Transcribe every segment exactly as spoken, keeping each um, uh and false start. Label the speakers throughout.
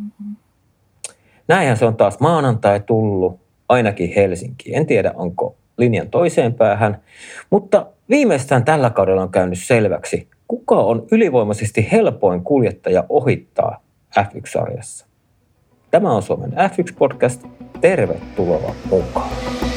Speaker 1: Näinhän se on taas maanantai tullut, ainakin Helsinkiin. En tiedä, onko linjan toiseen päähän, mutta viimeistään tällä kaudella on käynyt selväksi, kuka on ylivoimaisesti helpoin kuljettaja ohittaa F yksi-sarjassa. Tämä on Suomen F yksi podcast. Tervetuloa mukaan.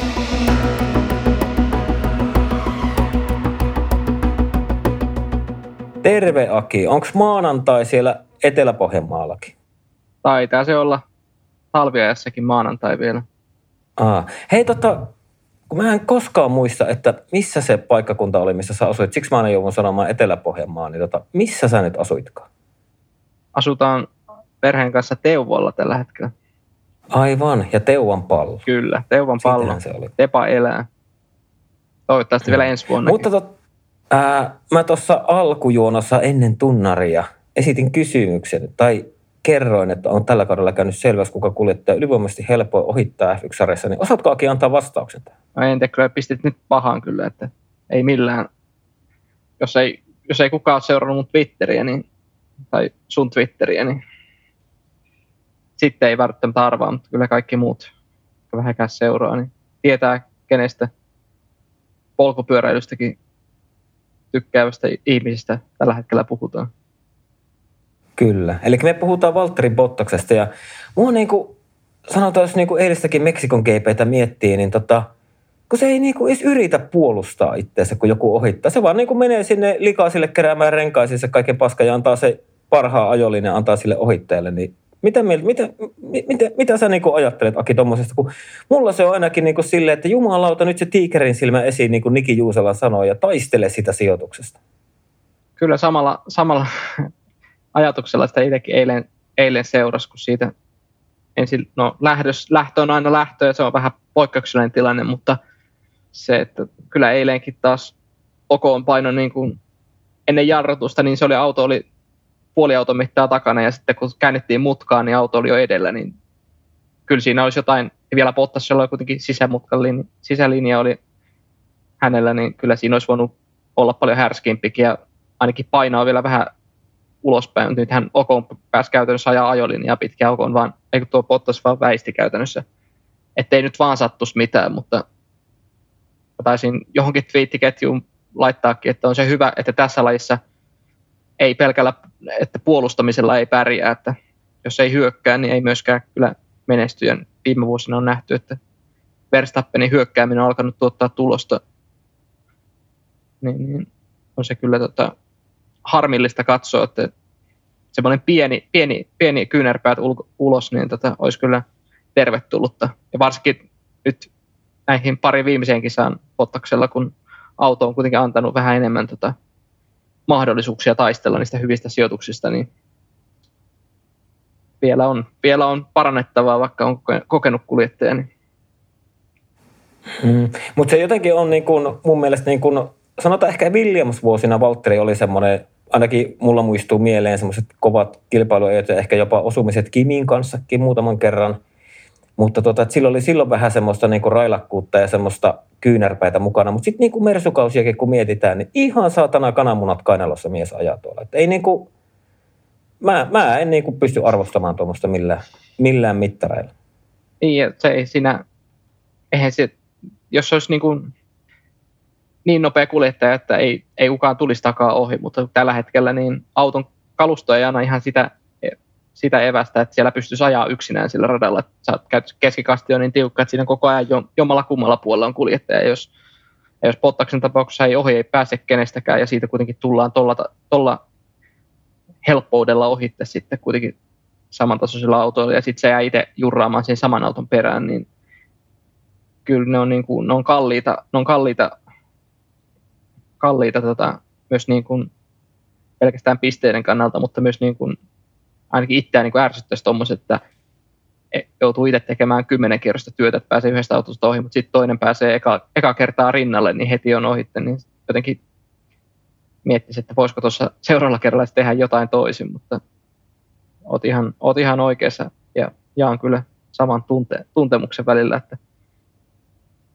Speaker 1: Terve Aki, onko maanantai siellä Etelä-Pohjanmaallakin?
Speaker 2: Taitaa se olla talviajassakin maanantai vielä.
Speaker 1: Aa. Hei tota, kun mä en koskaan muista, että missä se paikkakunta oli, missä sä asuit. Siksi mä aina joudun sanomaan Etelä-Pohjanmaa, niin tota, missä sä nyt asuitkaan?
Speaker 2: Asutaan perheen kanssa Teuvolla tällä hetkellä.
Speaker 1: Aivan, ja Teuvan pallo.
Speaker 2: Kyllä, Teuvan pallo.
Speaker 1: Se oli.
Speaker 2: Tepa elää. Toivottavasti vielä ensi vuonna.
Speaker 1: Mutta tot, ää, mä tuossa alkujuonossa ennen tunnaria esitin kysymyksen, tai kerroin, että on tällä kaudella käynyt selväksi, kuka kuljettaa ylivoimaisesti helpoa ohittaa F yksi-sarjassa, niin osaatko Aki antaa vastauksen tähän?
Speaker 2: No en kyllä, pistit nyt pahaan kyllä, että ei millään. Jos ei, jos ei kukaan ole seurannut mun Twitteriä, niin, tai sun Twitteriä, niin sitten ei välttämättä arvaa, mutta kyllä kaikki muut, jotka vähänkään seuraa, niin tietää, kenestä polkupyöräilystäkin tykkäävästä ihmisistä tällä hetkellä puhutaan.
Speaker 1: Kyllä. Eli me puhutaan Valtteri Bottaksesta ja mua niin kuin, sanotaan, jos niin kuin eilistäkin Meksikon G P:tä miettii, niin tota, kun se ei niin kuin edes yritä puolustaa itseänsä, kun joku ohittaa. Se vaan niin kuin menee sinne likaisille keräämään renkaisissa kaiken paskan ja antaa se parhaan ajollinen, antaa sille ohittajalle. Niin mitä, mitä, mitä, mitä sä niin kuin ajattelet, Aki, tommosesta? Kun mulla se on ainakin niin kuin silleen, että jumalauta, nyt se tiikerin silmä esiin, niin kuin Niki Juusela sanoi, ja taistele sitä sijoituksesta.
Speaker 2: Kyllä samalla... samalla ajatuksella sitä itsekin eilen, eilen seurasi, kun siitä ensin, no lähdös, lähtö on aina lähtö ja se on vähän poikkeuksellinen tilanne, mutta se, että kyllä eilenkin taas Okon paino niin kuin ennen jarrutusta, niin se oli auto oli puoli auton mittaa takana ja sitten kun käännettiin mutkaan, niin auto oli jo edellä, niin kyllä siinä olisi jotain, ja vielä Bottas, jolla oli kuitenkin sisämutkan linja, sisälinja oli hänellä, niin kyllä siinä olisi voinut olla paljon härskimpikin ja ainakin painoa vielä vähän ulospäin. Nythän Ocon pääsi käytännössä ajaa ajolinjaa pitkään Ocon, vaan eikö tuo Bottas vaan väisti käytännössä. Ettei nyt vaan sattuisi mitään, mutta taisin johonkin twiittiketjuun laittaakin, että on se hyvä, että tässä lajissa ei pelkällä, että puolustamisella ei pärjää, että jos ei hyökkää, niin ei myöskään kyllä menesty. Ja viime vuosina on nähty, että Verstappenin hyökkääminen on alkanut tuottaa tulosta. Niin, niin on se kyllä tota, harmillista katsoa, että semmoinen pieni, pieni, pieni kyynärpäät ulos, niin tota, olisi kyllä tervetullutta. Ja varsinkin nyt näihin pari viimeiseen kisaan Bottaksella, kun auto on kuitenkin antanut vähän enemmän tota, mahdollisuuksia taistella niistä hyvistä sijoituksista, niin vielä on, vielä on parannettavaa, vaikka on kokenut kuljettaja. Niin.
Speaker 1: Mm, mutta se jotenkin on niin kuin, mun mielestä, niin kuin, sanotaan ehkä Williams-vuosina Valtteri oli semmoinen, ainakin mulla muistuu mieleen semmoiset kovat kilpailuajat ja ehkä jopa osumiset Kimin kanssakin muutaman kerran. Mutta tota, että silloin oli silloin vähän semmoista niinku railakkuutta ja semmoista kyynärpäitä mukana. Mutta sitten niinku mersukausiakin kun mietitään, niin ihan saatana kananmunat kainalossa mies ajaa tuolla. Et ei niinku, mä, mä en niinku pysty arvostamaan tuommoista millään, millään mittareilla.
Speaker 2: Niin, se ei siinä, eihän se, jos olisi niinku niin nopea kuljettaja, että ei, ei kukaan tulisi takaa ohi, mutta tällä hetkellä niin auton kalusto ei aina ihan sitä, sitä evästä, että siellä pystyisi ajaa yksinään sillä radalla. Että sä käyt keskikasti on niin tiukka, että siinä koko ajan jommalla kummalla puolella on kuljettaja. Jos, jos Bottaksen tapauksessa ei ohi, ei pääse kenestäkään ja siitä kuitenkin tullaan tuolla helppoudella ohitte sitten kuitenkin samantasoisilla autoilla ja sitten se jää itse jurraamaan sen saman auton perään, niin kyllä ne on, niin kuin, ne on kalliita, ne on kalliita kalliita tota, myös niin kuin pelkästään pisteiden kannalta, mutta myös niin kuin, ainakin itseään niin kuin ärsyttäisi tommoset, että joutuu itse tekemään kymmenen kierrosta työtä, että pääsee yhdestä autosta ohi, mutta sitten toinen pääsee eka, eka kertaa rinnalle, niin heti on ohitte, niin jotenkin miettisi, että voisiko tuossa seuraavalla kerralla tehdä jotain toisin, mutta oot ihan, oot ihan oikeassa ja jaan kyllä saman tunte, tuntemuksen välillä, että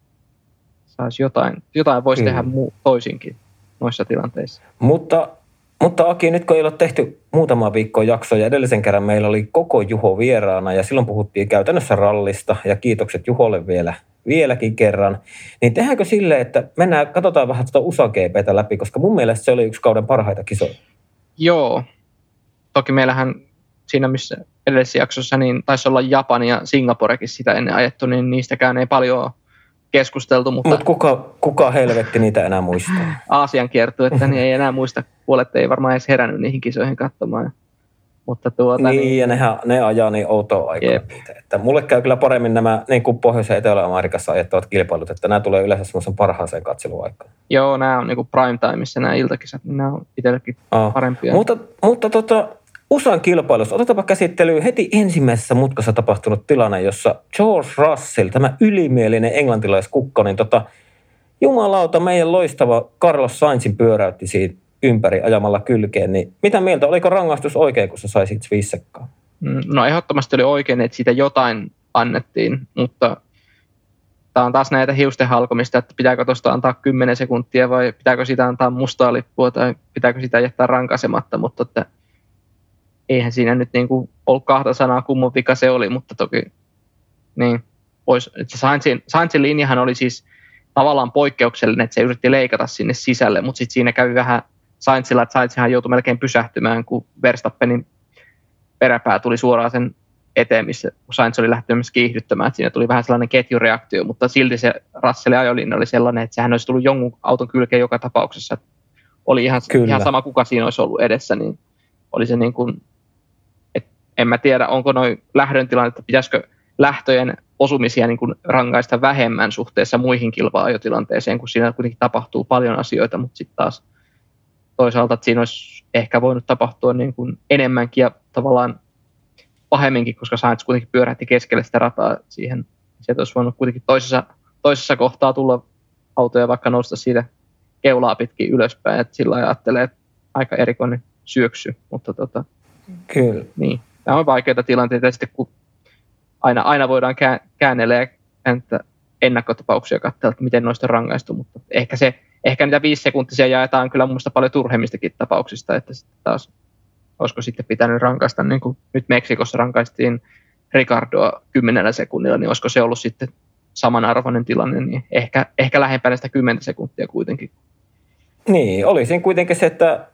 Speaker 2: saisi jotain, jotain voisi tehdä muu, toisinkin noissa tilanteissa.
Speaker 1: Mutta Mutta Aki, nyt kun ei ole tehty muutama viikko jaksoa ja edellisen kerran meillä oli koko Juho vieraana ja silloin puhuttiin käytännössä rallista ja kiitokset Juholle vielä, vieläkin kerran, niin tehdäänkö silleen, että mennään, katsotaan vähän tuota U S A G P:tä läpi, koska mun mielestä se oli yksi kauden parhaita kisoja.
Speaker 2: Joo. Toki meillähän siinä, missä edellisessä jaksossa, niin taisi olla Japani ja Singaporekin sitä ennen ajettu, niin niistäkään ei paljon keskusteltu. Mutta
Speaker 1: Mut kuka, kuka helvetti niitä enää muistaa?
Speaker 2: Aasian kiertue, että niin ei enää muista. Puolet ei varmaan edes herännyt niihin kisoihin katsomaan. Mutta tuota,
Speaker 1: niin,
Speaker 2: niin,
Speaker 1: ja nehän, ne ajaa niin outoa aikaa.
Speaker 2: Jep.
Speaker 1: Että mulle käy kyllä paremmin nämä niin kuin Pohjois- ja Etelä-Amerikassa ajettavat kilpailut, että nämä tulee yleensä semmoisen parhaaseen katseluaikaan.
Speaker 2: Joo, nämä on niin kuin prime timeissa nämä iltakisat, niin nämä on itsellekin
Speaker 1: Aa.
Speaker 2: parempia.
Speaker 1: Mutta, mutta tota, U S A:n kilpailussa, otetaanpa käsittelyyn heti ensimmäisessä mutkassa tapahtunut tilanne, jossa George Russell, tämä ylimielinen englantilaiskukko, niin tota, jumalauta, meidän loistava Carlos Sainzin pyöräytti siitä ympäri ajamalla kylkeen, niin mitä mieltä, oliko rangaistus oikein, kun sä sai siitä viisi sekkaa?
Speaker 2: No ehdottomasti oli oikein, että siitä jotain annettiin, mutta tämä on taas näitä hiusten halkomista, että pitääkö tuosta antaa kymmenen sekuntia vai pitääkö siitä antaa mustaa lippua tai pitääkö sitä jättää rankaisematta, mutta että eihän siinä nyt niin kuin ollut kahta sanaa, kumman vika se oli, mutta toki niin, pois. Sainzin, Sainzin linjahan oli siis tavallaan poikkeuksellinen, että se yritti leikata sinne sisälle, mutta sitten siinä kävi vähän Sainzilla, että Sainzihan joutui melkein pysähtymään, kun Verstappenin peräpää tuli suoraan sen eteen, missä Sainz oli lähtenyt kiihdyttämään, että siinä tuli vähän sellainen ketjureaktio, mutta silti se Russellin ajolinja oli sellainen, että sehän olisi tullut jonkun auton kylkeen joka tapauksessa, että oli ihan, ihan sama, kuka siinä olisi ollut edessä, niin oli se niin kuin, että en mä tiedä, onko noin lähdön tilanne, että pitäisikö lähtöjen osumisia niin kuin rangaista vähemmän suhteessa muihin kilpa-ajotilanteeseen, kun siinä kuitenkin tapahtuu paljon asioita, mutta sitten taas toisaalta, että siinä olisi ehkä voinut tapahtua niin kuin enemmänkin ja tavallaan pahemminkin, koska Sainz kuitenkin pyörähti keskelle sitä rataa siihen. Sieltä olisi voinut kuitenkin toisessa, toisessa kohtaa tulla autoja vaikka nousta siitä keulaa pitkin ylöspäin, että sillä ajattelee, että aika erikoinen syöksy, mutta tota,
Speaker 1: Kyllä.
Speaker 2: Niin. Nämä on vaikeita tilanteita, ja sitten kun aina, aina voidaan käännellä ja kääntää ennakkotapauksia katsella, että miten noista on rangaistu, mutta ehkä, se, ehkä niitä viisi sekuntisia jaetaan kyllä mun mielestä paljon turhemmistakin tapauksista, että sitten taas olisiko sitten pitänyt rankaista, niin kuin nyt Meksikossa rankaistiin Ricardoa kymmenellä sekunnilla, niin olisiko se ollut sitten samanarvoinen tilanne, niin ehkä, ehkä lähempänä sitä kymmentä sekuntia kuitenkin.
Speaker 1: Niin, oli siinä kuitenkin se, että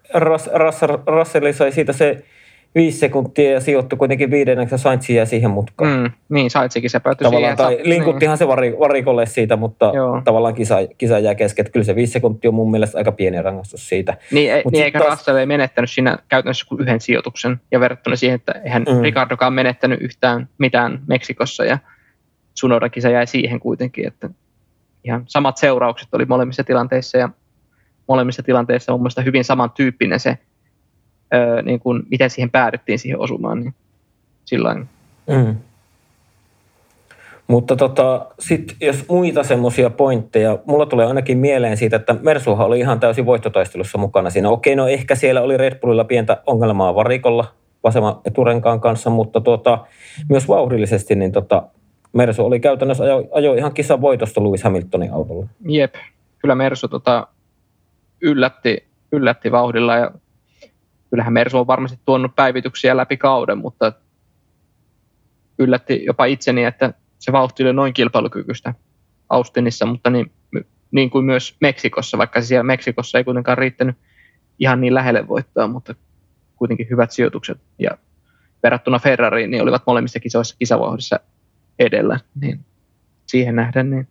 Speaker 1: Russell sai siitä se viisi sekuntia ja sijoittui kuitenkin viidenneksi ja Sainz jää siihen mutkaan.
Speaker 2: Mm, niin, Sainzikin se päätyi
Speaker 1: siihen. Tai linkuttihan niin. se varikolle siitä, mutta Joo. tavallaan kisa, kisa jää kesken. Kyllä se viisi sekuntia on mun mielestä aika pieni rangaistus siitä.
Speaker 2: Niin, Mut niin eikä taas... Russell ei menettänyt siinä käytännössä kuin yhden sijoituksen. Ja verrattuna siihen, että eihän mm. Ricardokaan menettänyt yhtään mitään Meksikossa. Ja Tsunodan kisa jäi siihen kuitenkin, että ihan samat seuraukset oli molemmissa tilanteissa. Ja molemmissa tilanteissa on mun mielestä hyvin samantyyppinen se, Öö, niin kuin, miten siihen päädyttiin siihen osumaan, niin sillain.
Speaker 1: Mm. Mutta tota, sitten jos muita semmoisia pointteja, mulla tulee ainakin mieleen siitä, että Mersuhan oli ihan täysin voittotaistelussa mukana siinä. Okei, no ehkä siellä oli Red Bullilla pientä ongelmaa varikolla vasemman eturenkaan kanssa, mutta tota, myös vauhdillisesti niin tota, Mersu oli käytännössä ajo, ajo ihan kisan voitosta Lewis Hamiltonin autolla.
Speaker 2: Jep, kyllä Mersu tota, yllätti, yllätti vauhdilla ja kyllähän Mersu on varmasti tuonut päivityksiä läpi kauden, mutta yllätti jopa itseni, että se vauhti oli noin kilpailukykyistä Austinissa, mutta niin, niin kuin myös Meksikossa, vaikka se siellä Meksikossa ei kuitenkaan riittänyt ihan niin lähelle voittaa, mutta kuitenkin hyvät sijoitukset. Ja verrattuna Ferrariin, niin olivat molemmissa kisoissa kisavauhdissa edellä, niin siihen nähden niin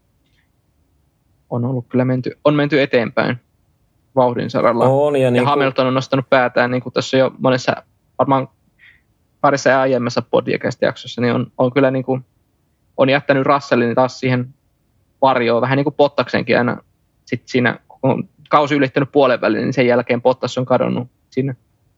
Speaker 2: on ollut kyllä menty, on menty eteenpäin vauhdin saralla.
Speaker 1: On, ja,
Speaker 2: ja
Speaker 1: niin
Speaker 2: Hamilton on nostanut päätään, niin kuin tässä jo monessa, varmaan parissa ja aiemmassa podcast-jaksossa, niin on, on kyllä niin kuin, on jättänyt Russellin taas siihen varjoon, vähän niin kuin Bottaksenkin aina. Sitten siinä, kun on kausi ylittänyt puolen välin, niin sen jälkeen Bottas on kadonnut siinä.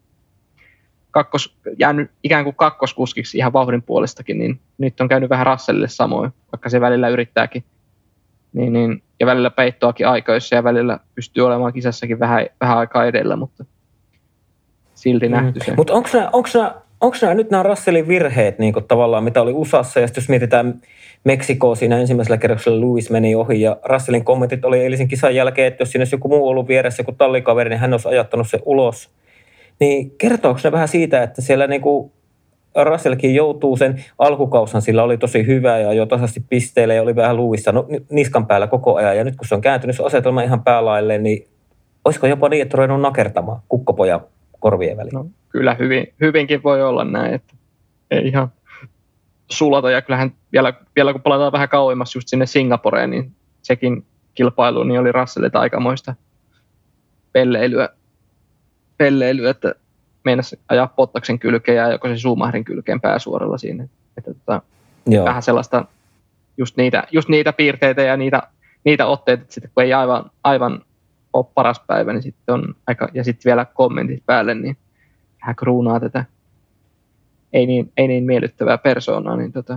Speaker 2: Kakkos, jäänyt ikään kuin kakkoskuskiksi ihan vauhdin puolestakin, niin nyt on käynyt vähän Russellille samoin, vaikka se välillä yrittääkin. Niin, niin, ja välillä peittoakin aikoissa ja välillä pystyy olemaan kisassakin vähän, vähän aikaa edellä, mutta silti mm. nähty se.
Speaker 1: Mutta onko nämä, onko nämä, onko nämä nyt nämä Russellin virheet niin kuin tavallaan, mitä oli U S A:ssa, ja sitten jos mietitään Meksikoa siinä ensimmäisellä kerroksella Lewis meni ohi, ja Russellin kommentit oli eilisen kisan jälkeen, että jos siinä olisi joku muu ollut vieressä, joku tallikaveri, niin hän olisi ajattanut se ulos. niin kertooko ne vähän siitä, että siellä niinku Russellkin joutuu sen alkukausan, sillä oli tosi hyvä ja jo tasaisesti pisteille ja oli vähän luuvissa no, niskan päällä koko ajan. Ja nyt kun se on kääntynyt se asetelma ihan päälailleen, niin olisiko jopa niin, että ruvennut nakertamaan kukkopojan korvien väliin?
Speaker 2: No, kyllä hyvin, hyvinkin voi olla näin, että ei ihan sulata. Ja kyllähän vielä, vielä kun palataan vähän kauemmas just sinne Singaporeen, niin sekin kilpailu niin oli Russellilta aikamoista pelleilyä, pelleilyä että meinasi ajaa Bottaksen kylkeen ja joko se Schumacherin kylkeen pääsuoralla siinä. Että, tota, vähän sellaista, just niitä, just niitä piirteitä ja niitä, niitä otteita, että sitten kun ei aivan, aivan ole paras päivä, niin sitten on aika, ja sitten vielä kommentit päälle, niin hän kruunaa tätä ei niin, ei niin miellyttävää persoonaa, niin tota,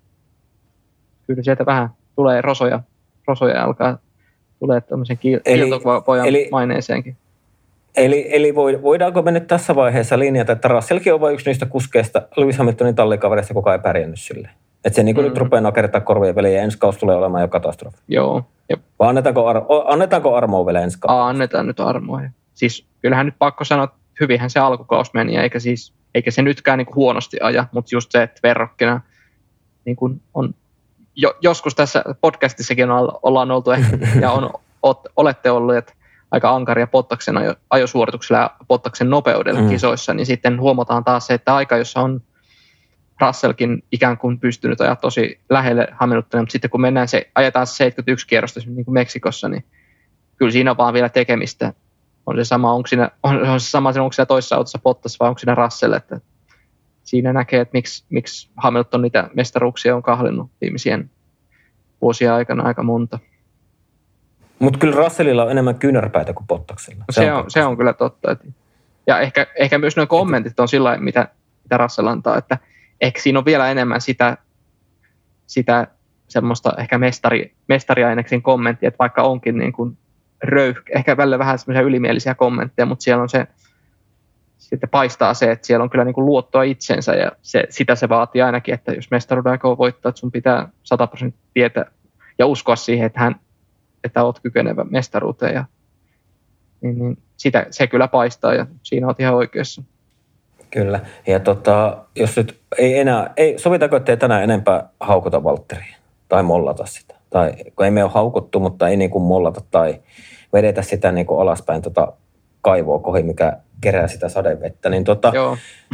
Speaker 2: kyllä sieltä vähän tulee rosoja, rosoja alkaa, tulee tämmöisen kiiltopojan maineeseenkin.
Speaker 1: Eli, eli voidaanko me nyt tässä vaiheessa linjata, että Russellkin on vain yksi niistä kuskeista Lewis Hamiltonin tallikavereista, kuka ei pärjännyt silleen? Että se niin kuin mm. nyt rupeaa nakertaa korvien väliin ja ensi kausi tulee olemaan jo katastrofi.
Speaker 2: Joo. Jep.
Speaker 1: Vai annetaanko, ar- annetaanko armoa vielä ensi kausi?
Speaker 2: Annetaan nyt armoa. Siis kyllähän nyt pakko sanoa, että hyvinhän se alkukaus meni, eikä, siis, eikä se nytkään niin kuin huonosti aja, mutta just se, että verrokkina niin kuin on, jo, joskus tässä podcastissakin on, ollaan oltu ehkä, ja on, ot, olette olleet, että aika ankaria Bottaksen ajo, ajosuorituksella ja Bottaksen nopeudella mm. kisoissa, niin sitten huomataan taas se, että aika, jossa on Russellkin ikään kuin pystynyt ajaa tosi lähelle Hamiltonia, mutta sitten kun mennään se, ajetaan se seitsemänkymmentäyksi kierrosta niin kuin Meksikossa, niin kyllä siinä on vaan vielä tekemistä. On se sama, onko siinä, on, on se sama, onko siinä toisessa autossa Bottas vai onko siinä Russell, että siinä näkee, että miksi, miksi Hamilton niitä mestaruuksia on kahlinnut viimeisien vuosien aikana aika monta.
Speaker 1: Mutta kyllä Russellilla on enemmän kyynärpäitä kuin Bottaksella.
Speaker 2: Se, se, on, se on kyllä totta. Että, ja ehkä, ehkä myös nuo kommentit on sillä mitä, mitä Russell antaa, että ehkä siinä on vielä enemmän sitä, sitä semmoista ehkä mestari, mestariaineksen kommenttia, että vaikka onkin niin kuin röyhkä, ehkä välillä vähän semmoisia ylimielisiä kommentteja, mutta siellä on se, sitten paistaa se, että siellä on kyllä niin kuin luottoa itsensä ja se, sitä se vaatii ainakin, että jos mestaruuden aikoo voittaa, että sun pitää sata prosenttia tietää ja uskoa siihen, että hän että olet kykenevä mestaruuteen ja niin, niin sitä, se kyllä paistaa ja siinä olet ihan oikeassa.
Speaker 1: Kyllä. Ja tota, jos nyt ei enää, ei, sovitaanko, että ei tänään enempää haukuta Valtteria tai mollata sitä? Tai kun ei me ole haukuttu, mutta ei niin kuin mollata tai vedetä sitä niin kuin alaspäin tota kaivoa kohi, mikä kerää sitä sadevettä. Niin tota,
Speaker 2: Joo.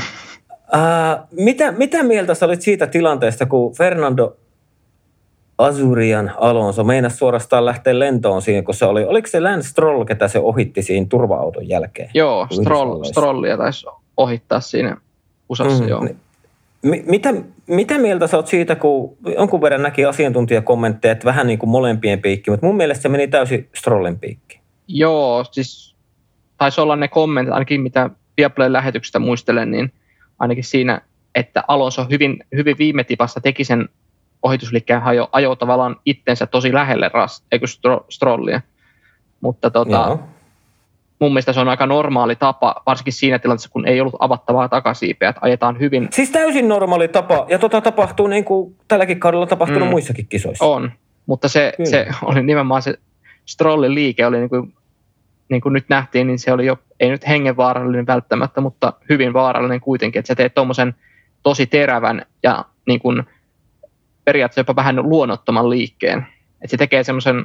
Speaker 1: Ää, mitä, mitä mieltä sä olit siitä tilanteesta, kun Fernando Azurian Alonso meinasi suorastaan lähteä lentoon siinä, kun se oli, oliko se Lance Stroll, ketä se ohitti siinä turva-auton jälkeen?
Speaker 2: Joo, Stroll, Strollia taisi ohittaa siinä Usassa, mm, joo.
Speaker 1: Niin, mitä, mitä mieltä sä oot siitä, kun jonkun verran näki asiantuntijakommentteja, että vähän niin kuin molempien piikki, mutta mun mielestä se meni täysin Strollin piikki.
Speaker 2: Joo, siis taisi olla ne kommentit, ainakin mitä Viaplayn lähetyksestä muistelen, niin ainakin siinä, että Alonso hyvin, hyvin viime tipassa teki sen ohitusliikkeen ajo, ajo tavallaan itsensä tosi lähelle ras, eikö Strollia. Mutta tota, mun mielestä se on aika normaali tapa, varsinkin siinä tilanteessa, kun ei ollut avattavaa takasiipeä, että ajetaan hyvin.
Speaker 1: Siis täysin normaali tapa, ja tota tapahtuu niin kuin tälläkin kaudella tapahtunut mm, muissakin kisoissa.
Speaker 2: On, mutta se, se oli nimenomaan se Strollin liike, oli niin kuin, niin kuin nyt nähtiin, niin se oli jo, ei nyt hengenvaarallinen välttämättä, mutta hyvin vaarallinen kuitenkin, että sä teet tommosen tosi terävän ja niin kuin periaatteessa jopa vähän luonnottoman liikkeen. Että se tekee semmoisen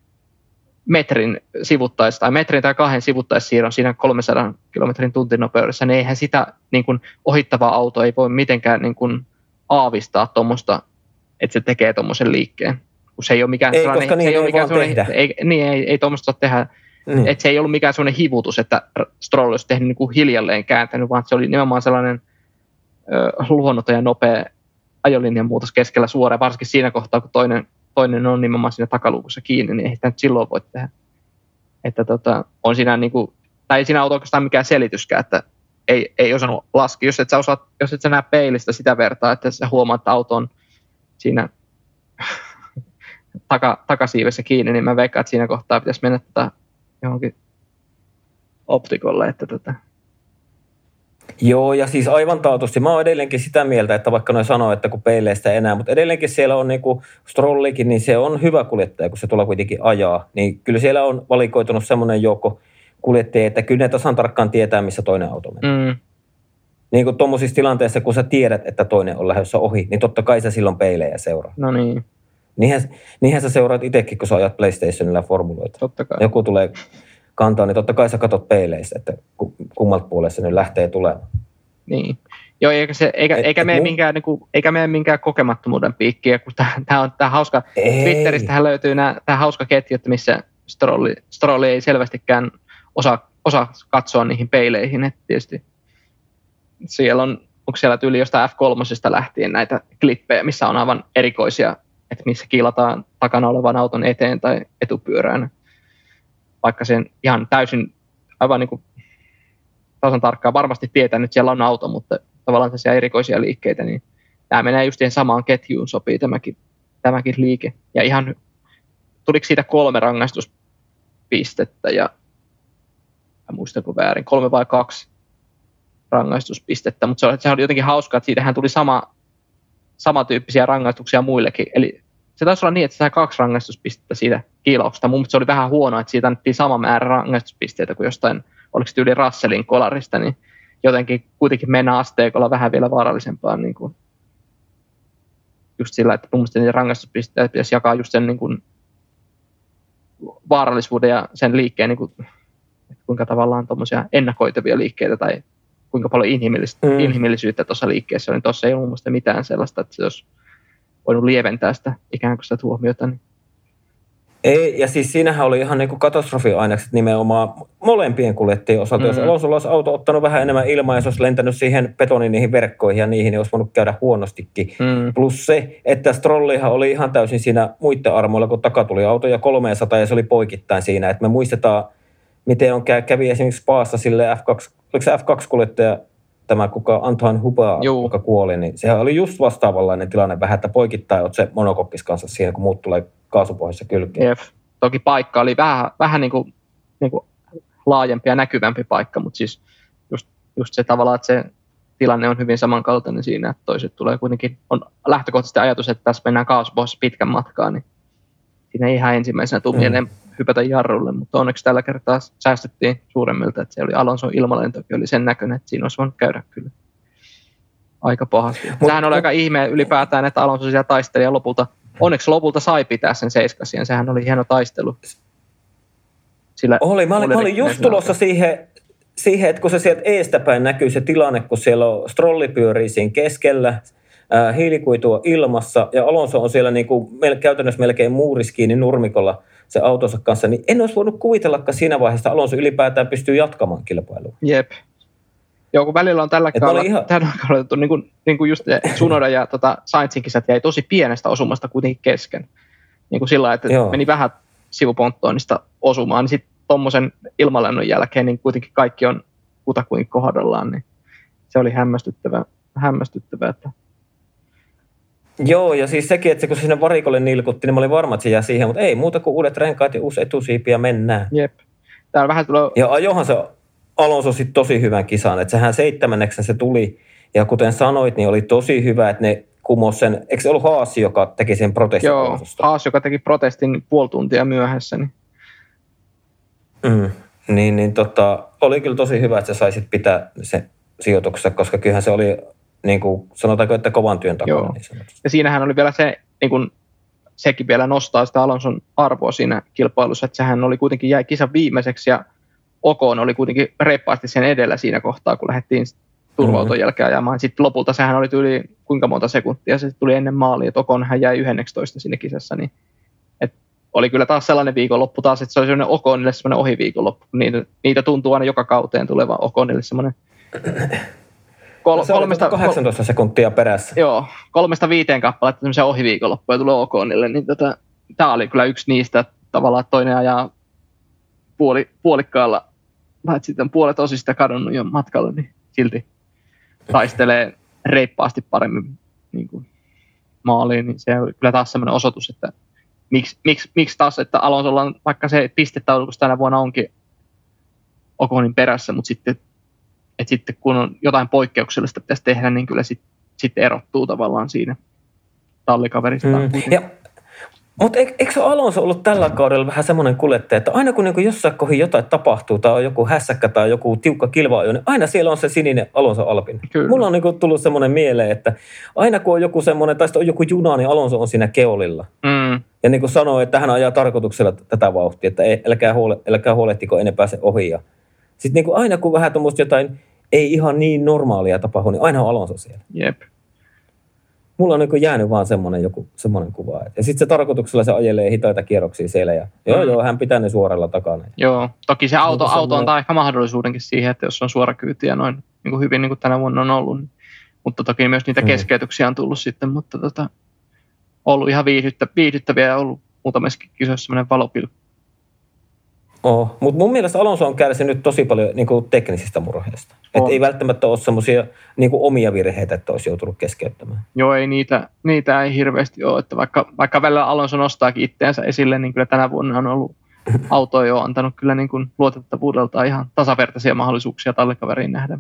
Speaker 2: metrin sivuttais, tai metrin tai kahden sivuttaissiirron siinä kolmensadan kilometrin tuntinopeudessa, niin eihän sitä niin kuin ohittava auto ei voi mitenkään niin kuin aavistaa tuommoista, että se tekee tuommoisen liikkeen. Kun se ei ole mikään
Speaker 1: ei,
Speaker 2: sellainen,
Speaker 1: koska niin
Speaker 2: se ei,
Speaker 1: ei vaan tehdä.
Speaker 2: Ei, niin, ei, ei tuommoista saa tehdä. Niin. Että se ei ollut mikään sellainen hivutus, että Stroll olisi tehnyt niin kuin hiljalleen kääntänyt, vaan se oli nimenomaan sellainen ö, luonnoton ja nopea ajolinjan muutos keskellä suoraan, varsinkin siinä kohtaa, kun toinen, toinen on nimenomaan siinä takaluukussa kiinni, niin ei sitä nyt silloin voi tehdä. Että tota, on siinä niin kuin, tai ei siinä auto oikeastaan mikään selityskään, että ei, ei osannut laskea. Jos et sä, osaat, jos et sä näe peilistä sitä vertaa, että sä huomaat, että auto on siinä taka, takasiivessä kiinni, niin mä veikkaan, että siinä kohtaa pitäisi mennä tota johonkin optikolle, että tota.
Speaker 1: Joo, ja siis aivan taatusti. Mä oon edelleenkin sitä mieltä, että vaikka noin sanoo, että kun peilee sitä enää, mutta edelleenkin siellä on niinku Strollikin, niin se on hyvä kuljettaja, kun se tuolla kuitenkin ajaa. Niin kyllä siellä on valikoitunut semmoinen joukko kuljettajia, että kyllä ne tasan tarkkaan tietää, missä toinen auto menee.
Speaker 2: Mm.
Speaker 1: Niin kuin tuommoisissa tilanteissa, kun sä tiedät, että toinen on lähdössä ohi, niin totta kai sä silloin peilejä seuraa.
Speaker 2: No niin.
Speaker 1: Niinhän, niinhän sä seuraat itsekin, kun sä ajat PlayStationilla formuloita.
Speaker 2: Totta kai.
Speaker 1: Joku tulee kantaa, niin totta kai sä katot peileistä, että kummalta puolesta ne lähtee tulemaan.
Speaker 2: Niin. Joo, eikä, se, eikä,
Speaker 1: et,
Speaker 2: eikä,
Speaker 1: et
Speaker 2: mene
Speaker 1: mun...
Speaker 2: minkään, niin kuin, eikä mene minkään kokemattomuuden piikkiä, kun tämä on tää hauska.
Speaker 1: Ei.
Speaker 2: Twitteristähän löytyy tämä hauska ketju, että missä Strolli, Strolli ei selvästikään osaa, osaa katsoa niihin peileihin. Et tietysti siellä on, onko siellä tyyli jostain F kolme lähtien näitä klippejä, missä on aivan erikoisia, että missä kiilataan takana olevan auton eteen tai etupyörään. Vaikka sen ihan täysin aivan niin kuin tasan tarkkaan varmasti tietää, että siellä on auto, mutta tavallaan tässä erikoisia liikkeitä, niin tämä menee just siihen samaan ketjuun, sopii tämäkin, tämäkin liike. Ja ihan, tuliko siitä kolme rangaistuspistettä, ja muistanko väärin, kolme vai kaksi rangaistuspistettä, mutta se oli, se oli jotenkin hauskaa, että siitähän tuli sama, samantyyppisiä rangaistuksia muillekin. Eli se taisi olla niin, että se sai kaksi rangaistuspistettä siitä kiilauksesta. Mun mielestä se oli vähän huono, että siitä annettiin sama määrä rangaistuspisteitä kuin jostain, oliko se tyyli Russellin kolarista, niin jotenkin kuitenkin mennään asteikolla vähän vielä vaarallisempaan. Niin kuin just sillä, että mun mielestä niitä rangaistuspisteitä pitäisi jakaa just sen niin kuin vaarallisuuden ja sen liikkeen, niin kuin, että kuinka tavallaan tuommoisia ennakoitavia liikkeitä tai kuinka paljon inhimillis- mm. inhimillisyyttä tuossa liikkeessä on, niin tuossa ei ole mun mielestä mitään sellaista, että se olisi voinut lieventää sitä ikään kuin sitä tuomiota. Niin.
Speaker 1: Ei, ja siis siinähän oli ihan niin kuin katastrofiainekset nimenomaan molempien kuljettajien osalta. Mm-hmm. Jos Alonsolla olisi auto ottanut vähän enemmän ilmaa ja se olisi lentänyt siihen betoniin niihin verkkoihin ja niihin, niin olisi voinut käydä huonostikin. Mm. Plus se, että Strollihan oli ihan täysin siinä muiden armoilla, kun takaa tuli auto ja kolmesataa ja se oli poikittain siinä. Että me muistetaan, miten on kävi esimerkiksi Spaassa sille F kaksi, oliko se F kaksi-kuljettaja, tämä kuka Antoine Hubert, joka kuoli, niin sehän oli just vastaavanlainen tilanne vähän, että poikittain olet se monokokkis kanssa siinä, kun muut tulee kaasupohjassa kylkeen.
Speaker 2: Jep. Toki paikka oli vähän, vähän niin kuin, niin kuin laajempi ja näkyvämpi paikka, mutta siis just, just se tavallaan, että se tilanne on hyvin samankaltainen siinä, että toiset tulee kuitenkin, on lähtökohtaisesti ajatus, että tässä mennään kaasupohjassa pitkän matkaa, niin siinä ei ihan ensimmäisenä tule mieleen mm. hypätä jarrulle, mutta onneksi tällä kertaa säästettiin suuremmilta, että se oli Alonson ilmalentokin, oli sen näköinen, että siinä olisi voinut käydä kyllä aika pahasti. Mut, Sehän oli mut, aika ihme ylipäätään, että Alonso siellä taisteli ja lopulta, onneksi lopulta sai pitää sen seiskasien, sehän oli hieno taistelu. Sillä
Speaker 1: oli, mä olin, mä olin just tulossa siihen, siihen, että kun se sieltä eestäpäin näkyy se tilanne, kun siellä on Strolli pyörii siinä keskellä, Äh, hiilikuitua ilmassa ja Alonso on siellä niin kuin mel- käytännössä melkein muuris kiinni nurmikolla se autonsa kanssa, niin en olisi voinut kuvitellakaan siinä vaiheessa, että Alonso ylipäätään pystyy jatkamaan kilpailua.
Speaker 2: Jep. Joo, kun välillä on tällä kaudella, ihan... tällä kaudella niin kuin, niin kuin just Tsunoda ja tota, Sainzin kisat jäi tosi pienestä osumasta kuitenkin kesken. Niin kuin sillä että Joo. meni vähän sivuponttoonista osumaan, niin sitten tuommoisen ilmalennon jälkeen niin kuitenkin kaikki on kutakuinkin kohdallaan, niin se oli hämmästyttävää, hämmästyttävää että
Speaker 1: Joo, ja siis sekin, että se, kun se sinne varikolle nilkutti, niin mä olin varma, että se jää siihen, mutta ei muuta kuin uudet renkaat ja uusi etusiipi ja mennään.
Speaker 2: Jep. Täällä vähän tulee...
Speaker 1: Ja ajohan se Alonso sitten tosi hyvän kisan, että sehän seitsemänneksen se tuli, ja kuten sanoit, niin oli tosi hyvä, että ne kumosi sen, eikö se ollut Haas, joka teki sen protestin?
Speaker 2: Joo,
Speaker 1: Alonsosta?
Speaker 2: Haas, joka teki protestin puoli tuntia myöhässä. Niin,
Speaker 1: mm, niin, niin tota, oli kyllä tosi hyvä, että sä saisit pitää sen sijoituksessa, koska kyllähän se oli... Niin kuin sanotaanko, että kovan työn takana. Niin
Speaker 2: ja siinähän oli vielä se, niin kuin, sekin vielä nostaa sitä Alonson arvoa siinä kilpailussa, että sehän oli kuitenkin jäi kisan viimeiseksi ja Ocon oli kuitenkin reippaasti sen edellä siinä kohtaa, kun lähdettiin turva-auton jälkeen ajamaan. Sitten lopulta sehän oli yli kuinka monta sekuntia, se tuli ennen maalia, että Ocon hän jäi yksitoista sinne kisassa. Niin, et oli kyllä taas sellainen viikonloppu taas, että se oli sellainen Oconille sellainen ohiviikonloppu. Niitä, niitä tuntuu aina joka kauteen tulevan Oconille sellainen...
Speaker 1: Kol- se kolmesta, kahdeksantoista kol- sekuntia perässä.
Speaker 2: Joo, kolmesta viiteen kappaletta tämmöisiä ohiviikonloppuja tulee Oconille, niin tota, tämä oli kyllä yksi niistä, että tavallaan toinen ajaa puoli, puolikkaalla, vaikka sitten puolet osista kadonnut jo matkalla, niin silti taistelee reippaasti paremmin niin kuin maaliin, niin se on kyllä taas semmoinen osoitus, että miksi, miksi, miksi taas, että Alonsolla on, vaikka se pistetaulutus tänä vuonna onkin Oconin perässä, mutta sitten että sitten kun on jotain poikkeuksellista pitäisi tehdä, niin kyllä sitten sit erottuu tavallaan siinä tallikaverista. Mm.
Speaker 1: Ja, Mutta eikö se Alonso ollut tällä kaudella vähän semmoinen kuljettaja, että aina kun niinku jossain kohin jotain tapahtuu tai on joku hässäkkä tai joku tiukka kilva-ajo, niin aina siellä on se sininen Alonso Alpin. Kyllä. Mulla on niinku tullut semmoinen mieleen, että aina kun on joku semmoinen, tai sitten on joku juna, niin Alonso on siinä keolilla. Mm. Ja niin kuin sanoo, että hän ajaa tarkoituksella tätä vauhtia, että ei, älkää, huole, älkää huolehtiko, en pääse ohi. Ja sitten niin kuin aina kun vähän tuommoista jotain ei ihan niin normaalia tapahdu, niin aina on Alonso siellä.
Speaker 2: Jep.
Speaker 1: Mulla on niin jäänyt vaan semmoinen, joku, semmoinen kuva. Ja sitten se tarkoituksella se ajelee hitaita kierroksia siellä. Ja joo, mm. joo, hän pitää ne suoralla takana.
Speaker 2: Joo, toki se auto, auto antaa ehkä mahdollisuudenkin siihen, että jos on suora kyyti ja noin niin kuin hyvin niin kuin tänä vuonna on ollut. Niin, mutta toki myös niitä keskeytyksiä on tullut sitten, mutta tota, ollut ihan viihdyttä, viihdyttäviä ja ollut muutamassa kisoissa semmoinen valopilkku.
Speaker 1: Oh, mutta mun mielestä Alonso on kärsinyt tosi paljon niin kuin teknisistä murheista. Oh. Että ei välttämättä ole semmoisia niin kuin omia virheitä, että olisi joutunut keskeyttämään.
Speaker 2: Joo, ei niitä, niitä ei hirveästi ole. Että vaikka, vaikka välillä Alonso nostaakin itseänsä esille, niin kyllä tänä vuonna on ollut auto jo antanut kyllä niin kuin luotettavuudeltaan ihan tasavertaisia mahdollisuuksia tallekaveriin nähdä.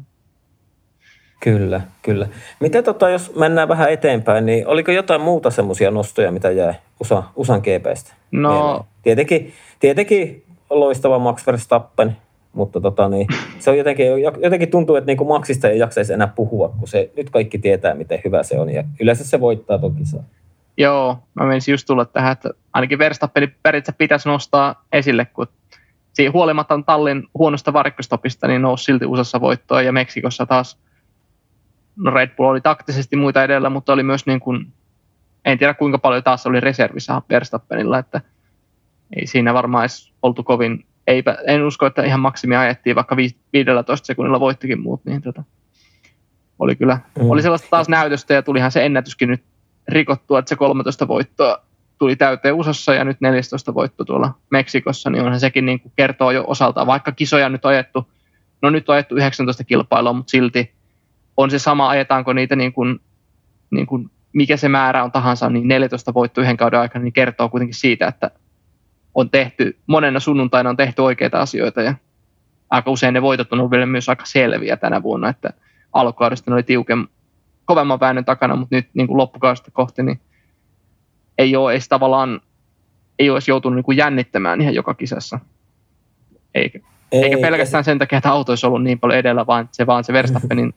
Speaker 1: Kyllä, kyllä. Mitä tota, jos mennään vähän eteenpäin, niin oliko jotain muuta semmoisia nostoja, mitä jäi U S A, U S A:n G P:stä?
Speaker 2: No.
Speaker 1: Tietenkin, tietenkin loistava Max Verstappen, mutta tota, niin, se on jotenkin, jotenkin tuntuu, että niin kuin Maxista ei jaksaisi enää puhua, kun se, nyt kaikki tietää, miten hyvä se on, ja yleensä se voittaa toki saa.
Speaker 2: Joo, mä menisin just tulla tähän, että ainakin Verstappenin periaatteessa pitäisi nostaa esille, kun siinä huolimatta tallin huonosta varikkostopista, niin nousi silti U S A:ssa voittoa, ja Meksikossa taas no Red Bull oli taktisesti muita edellä, mutta oli myös niin kuin, en tiedä kuinka paljon taas oli reservissä Verstappenilla, että ei siinä varmaan edes oltu kovin, eipä, en usko, että ihan maksimia ajettiin, vaikka viisitoista sekunnilla voittikin muut, niin tota, oli kyllä, mm. oli sellaista taas näytöstä ja tulihan se ennätyskin nyt rikottua, että se kolmetoista voittoa tuli täyteen U S A:ssa ja nyt neljätoista voitto tuolla Meksikossa, niin onhan sekin niin kuin kertoo jo osaltaan, vaikka kisoja nyt ajettu, no nyt on ajettu yhdeksäntoista kilpailua, mutta silti on se sama, ajetaanko niitä niin kuin, niin kuin mikä se määrä on tahansa, niin neljätoista voittoa yhden kauden aikana, niin kertoo kuitenkin siitä, että on tehty, monena sunnuntaina on tehty oikeita asioita ja aika usein ne voitot on vielä myös aika selviä tänä vuonna, että alkukaudesta ne oli tiuken, kovemman väännön takana, mutta nyt niin kuin loppukaudesta kohti niin ei ole edes tavallaan, ei olisi joutunut niin kuin jännittämään ihan joka kisassa. Eikä, ei, eikä pelkästään sen takia, että auto olisi ollut niin paljon edellä, vaan se vaan se Verstappenin